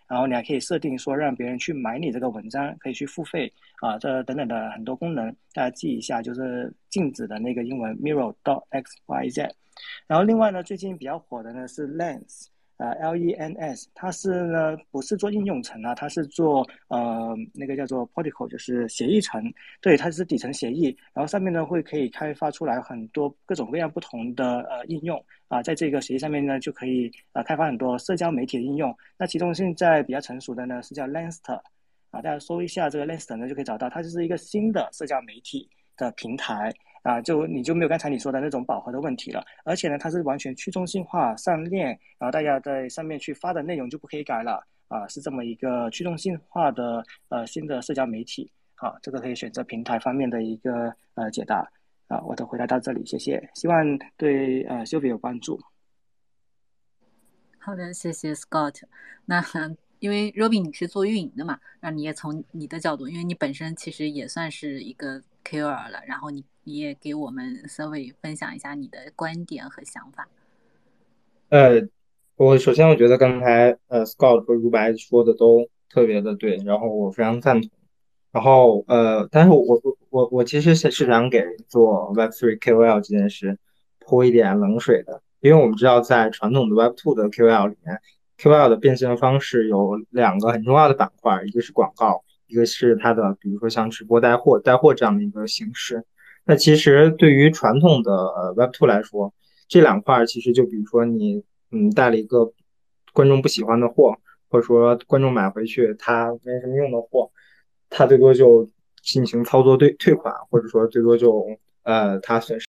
然后你还可以设定说让别人去买你这个文章，可以去付费啊，这等等的很多功能，大家记一下，就是镜子的那个英文 mirror dot x y z。然后另外呢，最近比较火的呢是 Lens。呃 L E N S， 它是呢不是做应用层啊，它是做呃那个叫做 protocol， 就是协议层，对，它是底层协议，然后上面呢会可以开发出来很多各种各样不同的呃应用啊，在这个协议上面呢就可以呃开发很多社交媒体的应用。那其中现在比较成熟的呢是叫 Lenster 啊，大家搜一下这个 Lenster 呢就可以找到，它就是一个新的社交媒体的平台。啊，就你就没有刚才你说的那种饱和的问题了，而且呢，它是完全去中心化上链，然后大家在上面去发的内容就不可以改了啊，是这么一个去中心化的呃新的社交媒体。好，这个可以选择平台方面的一个呃解答啊，我的回答到这里，谢谢，希望对呃修比有帮助。 好的，谢谢 Scott。那因为 Robin 你是做运营的嘛，那你也从你的角度，因为你本身其实也算是一个 K O L 了，然后你你也给我们 Survey 分享一下你的观点和想法。 呃，我首先我觉得刚才呃 Scott 和如白说的都特别的对，然后我非常赞同。然后呃，但是我我我我其实是是想给做 Web 三 K O L 这件事泼一点冷水的，因为我们知道在传统的 Web 二 的 K O L 里面，K O L 的变现方式有两个很重要的板块，一个是广告，一个是它的比如说像直播带货、带货这样的一个形式。那其实对于传统的呃 Web 二 来说，这两块其实就比如说你嗯带了一个观众不喜欢的货，或者说观众买回去他没什么用的货。他最多就进行操作退退款，或者说最多就呃他损失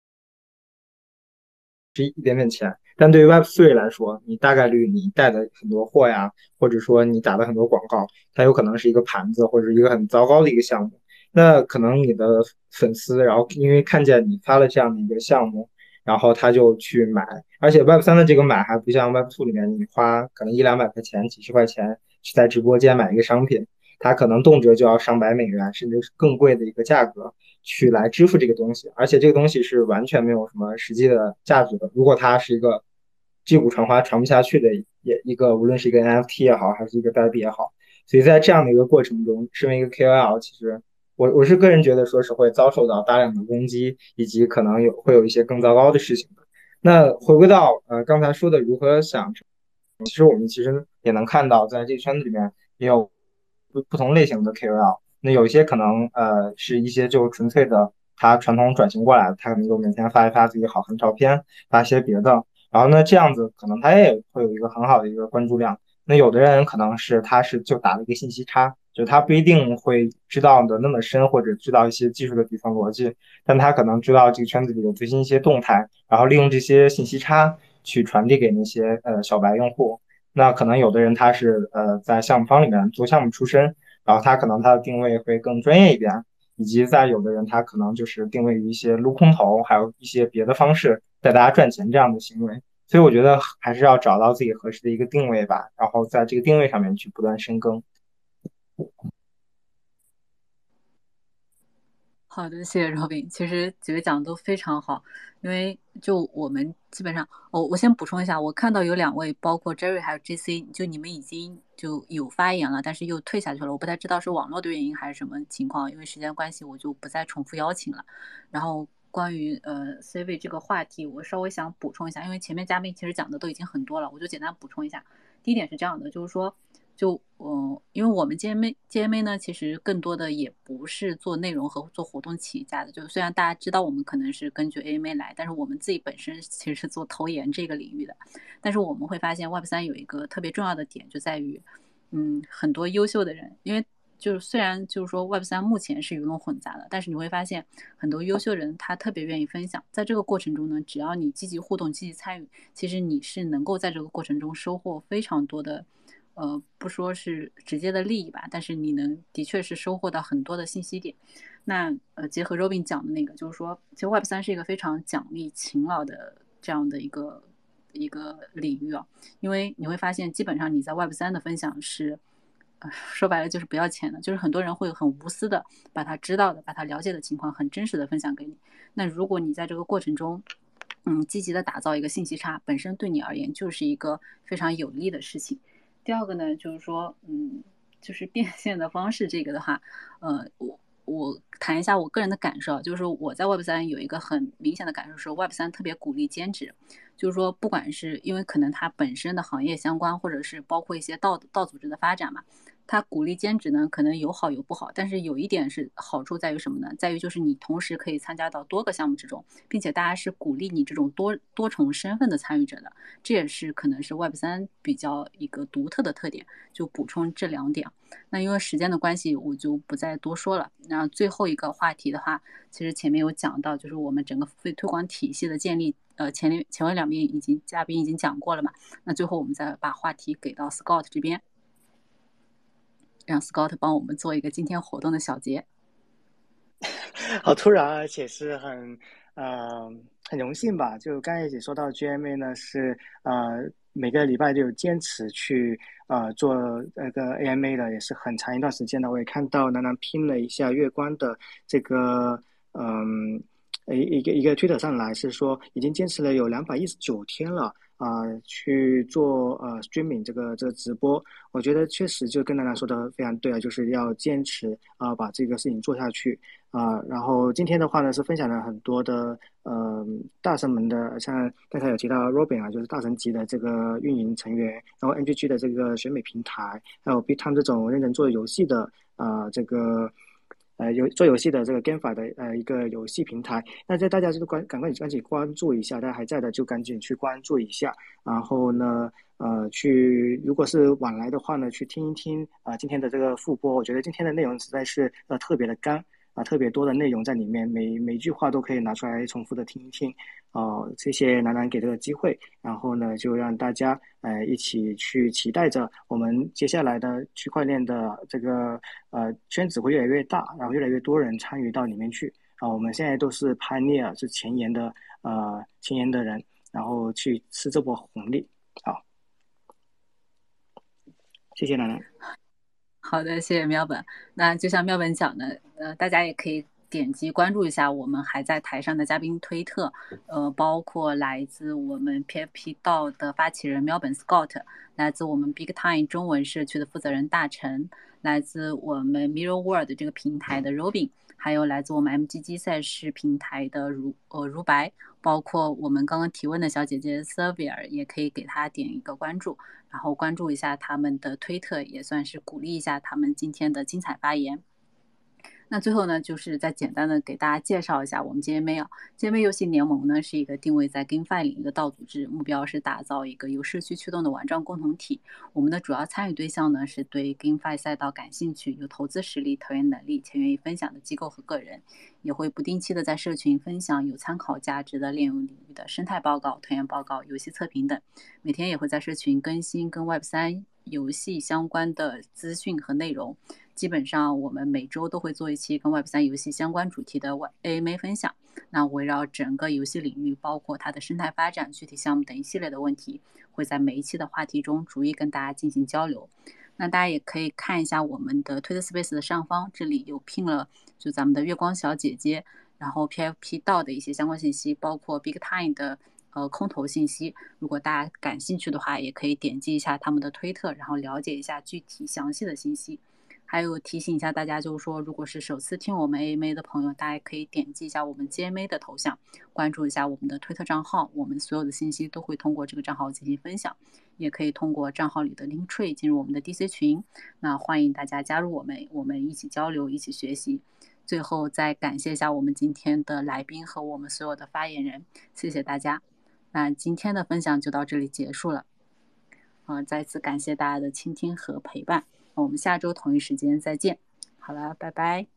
一点点钱。但对于 Web 三 来说，你大概率你带的很多货呀，或者说你打的很多广告，它有可能是一个盘子或者一个很糟糕的一个项目。那可能你的粉丝，然后因为看见你发了这样的一个项目，然后他就去买。而且 Web 三 的这个买还不像 Web 二 里面，你花可能一两百块钱、几十块钱去在直播间买一个商品。它可能动辄就要上百美元，甚至是更贵的一个价格去来支付这个东西，而且这个东西是完全没有什么实际的价值的。如果它是一个击鼓传花传不下去的也一个，无论是一个 N F T 也好，还是一个代币也好，所以在这样的一个过程中，身为一个 K O L， 其实我我是个人觉得说是会遭受到大量的攻击，以及可能有会有一些更糟糕的事情的。那回归到呃刚才说的如何想，其实我们其实也能看到，在这个圈子里面也有不不同类型的 K O L。那有一些可能呃是一些就纯粹的，他传统转型过来的，他可能就每天发一发自己好看照片，发一些别的，然后呢这样子可能他也会有一个很好的一个关注量。那有的人可能是他是就打了一个信息差，就他不一定会知道的那么深，或者知道一些技术的底层逻辑，但他可能知道这个圈子里的最新一些动态，然后利用这些信息差去传递给那些呃小白用户。那可能有的人他是呃在项目方里面做项目出身，然后他可能他的定位会更专业一点，以及在有的人他可能就是定位于一些撸空头，还有一些别的方式带大家赚钱这样的行为。所以我觉得还是要找到自己合适的一个定位吧，然后在这个定位上面去不断深耕。 好的，谢谢 Robin。其实几位讲的都非常好，因为就我们基本上，哦，我先补充一下，我看到有两位，包括 Jerry 还有 J C， 就你们已经就有发言了，但是又退下去了，我不太知道是网络的原因还是什么情况，因为时间关系我就不再重复邀请了。然后关于呃 C V 这个话题，我稍微想补充一下，因为前面嘉宾其实讲的都已经很多了，我就简单补充一下。第一点是这样的，就是说。就嗯、呃，因为我们 G M A G M A 呢，其实更多的也不是做内容和做活动起家的。就虽然大家知道我们可能是根据 A M A 来，但是我们自己本身其实是做投研这个领域的。但是我们会发现 Web 三有一个特别重要的点，就在于，嗯，很多优秀的人，因为就是虽然就是说 Web 三目前是鱼龙混杂的，但是你会发现很多优秀人他特别愿意分享。在这个过程中呢，只要你积极互动、积极参与，其实你是能够在这个过程中收获非常多的。呃，不说是直接的利益吧，但是你能的确是收获到很多的信息点。那呃，结合 Robin 讲的那个，就是说，其实 Web 三是一个非常奖励勤劳的这样的一个一个领域啊，因为你会发现，基本上你在 Web 三的分享是，呃，说白了就是不要钱的，就是很多人会很无私的把他知道的、把他了解的情况很真实的分享给你。那如果你在这个过程中，嗯，积极的打造一个信息差，本身对你而言就是一个非常有利的事情。 第二个呢，就是说，嗯，就是变现的方式这个的话，呃，我我谈一下我个人的感受，就是我在 Web 三有一个很明显的感受是 Web 三特别鼓励兼职，就是说不管是因为可能它本身的行业相关，或者是包括一些道道组织的发展嘛。它鼓励兼职呢，可能有好有不好，但是有一点是好处在于什么呢？在于就是你同时可以参加到多个项目之中，并且大家是鼓励你这种多多重身份的参与者的，这也是可能是 Web 三比较一个独特的特点。就补充这两点。那因为时间的关系，我就不再多说了。那最后一个话题的话，其实前面有讲到，就是我们整个付费推广体系的建立。呃，前面前面两边已经嘉宾已经讲过了嘛。那最后我们再把话题给到 Scott 这边。让 Scott 帮我们做一个今天活动的小结。 好突然，而且是很呃很荣幸吧。就刚才也说到 G M A 呢是呃每个礼拜都有坚持去呃做那个 A M A 的，也是很长一段时间了。我也看到楠楠拼了一下月光的这个嗯一一个一个推特上来，是说已经坚持了有两百一十九天了。啊、呃，去做呃 streaming 这个这个直播，我觉得确实就跟楠楠说的非常对啊，就是要坚持啊、呃，把这个事情做下去啊、呃。然后今天的话呢，是分享了很多的呃大神们的，像刚才有提到 Robin 啊，就是大神级的这个运营成员，然后 M G G 的这个选美平台，还有 Big Time 这种认真做游戏的啊、呃、这个。呃，有做游戏的这个 GameFi 的呃一个游戏平台，那这大家就关赶快赶紧关注一下，大家还在的就赶紧去关注一下，然后呢，呃，去如果是晚来的话呢，去听一听啊、呃、今天的这个复播，我觉得今天的内容实在是呃特别的干啊、呃，特别多的内容在里面，每每句话都可以拿出来重复的听一听，哦、呃，谢谢楠楠给这个机会，然后呢，就让大家呃一起去期待着我们接下来的区块链的这个呃圈子会越来越大，然后越来越多人参与到里面去啊、呃，我们现在都是 pioneer 是前沿的呃前沿的人，然后去吃这波红利。好，谢谢楠楠。 好的，谢谢喵本。那就像喵本讲的，呃，大家也可以点击关注一下我们还在台上的嘉宾推特，呃，包括来自我们 P F P 道的发起人喵本 Scott， 来自我们 Big Time 中文社区的负责人大陈，来自我们 Mirror World 这个平台的 Robin， 还有来自我们 M G G 赛事平台的如呃如白，包括我们刚刚提问的小姐姐 Servier， 也可以给她点一个关注。然后关注一下他们的推特，也算是鼓励一下他们今天的精彩发言。那最后呢，就是再简单的给大家介绍一下我们 G M A 啊 ，G M A 游戏联盟呢是一个定位在 GameFi 领域的道组织，目标是打造一个由社区驱动的玩转共同体。我们的主要参与对象呢是对 GameFi 赛道感兴趣、有投资实力、投研能力且愿意分享的机构和个人，也会不定期的在社群分享有参考价值的链游领域的生态报告、投研报告、游戏测评等。每天也会在社群更新跟 Web 三游戏相关的资讯和内容。基本上我们每周都会做一期跟 Web 三游戏相关主题的 A M A 分享，那围绕整个游戏领域，包括它的生态发展、具体项目等一系列的问题，会在每一期的话题中逐一跟大家进行交流。那大家也可以看一下我们的 Twitter Space 的上方，这里有拼了就咱们的月光小姐姐，然后 P F P 道的一些相关信息，包括 Big Time 的呃空投信息。如果大家感兴趣的话，也可以点击一下他们的推特，然后了解一下具体详细的信息。还有提醒一下大家，就是说，如果是首次听我们 A M A 的朋友，大家可以点击一下我们 G M A 的头像，关注一下我们的推特账号，我们所有的信息都会通过这个账号进行分享，也可以通过账号里的 link tree 进入我们的 D C 群。那欢迎大家加入我们，我们一起交流，一起学习。最后再感谢一下我们今天的来宾和我们所有的发言人，谢谢大家。那今天的分享就到这里结束了，呃，再次感谢大家的倾听和陪伴。我们下周同一时间再见。好了，拜拜。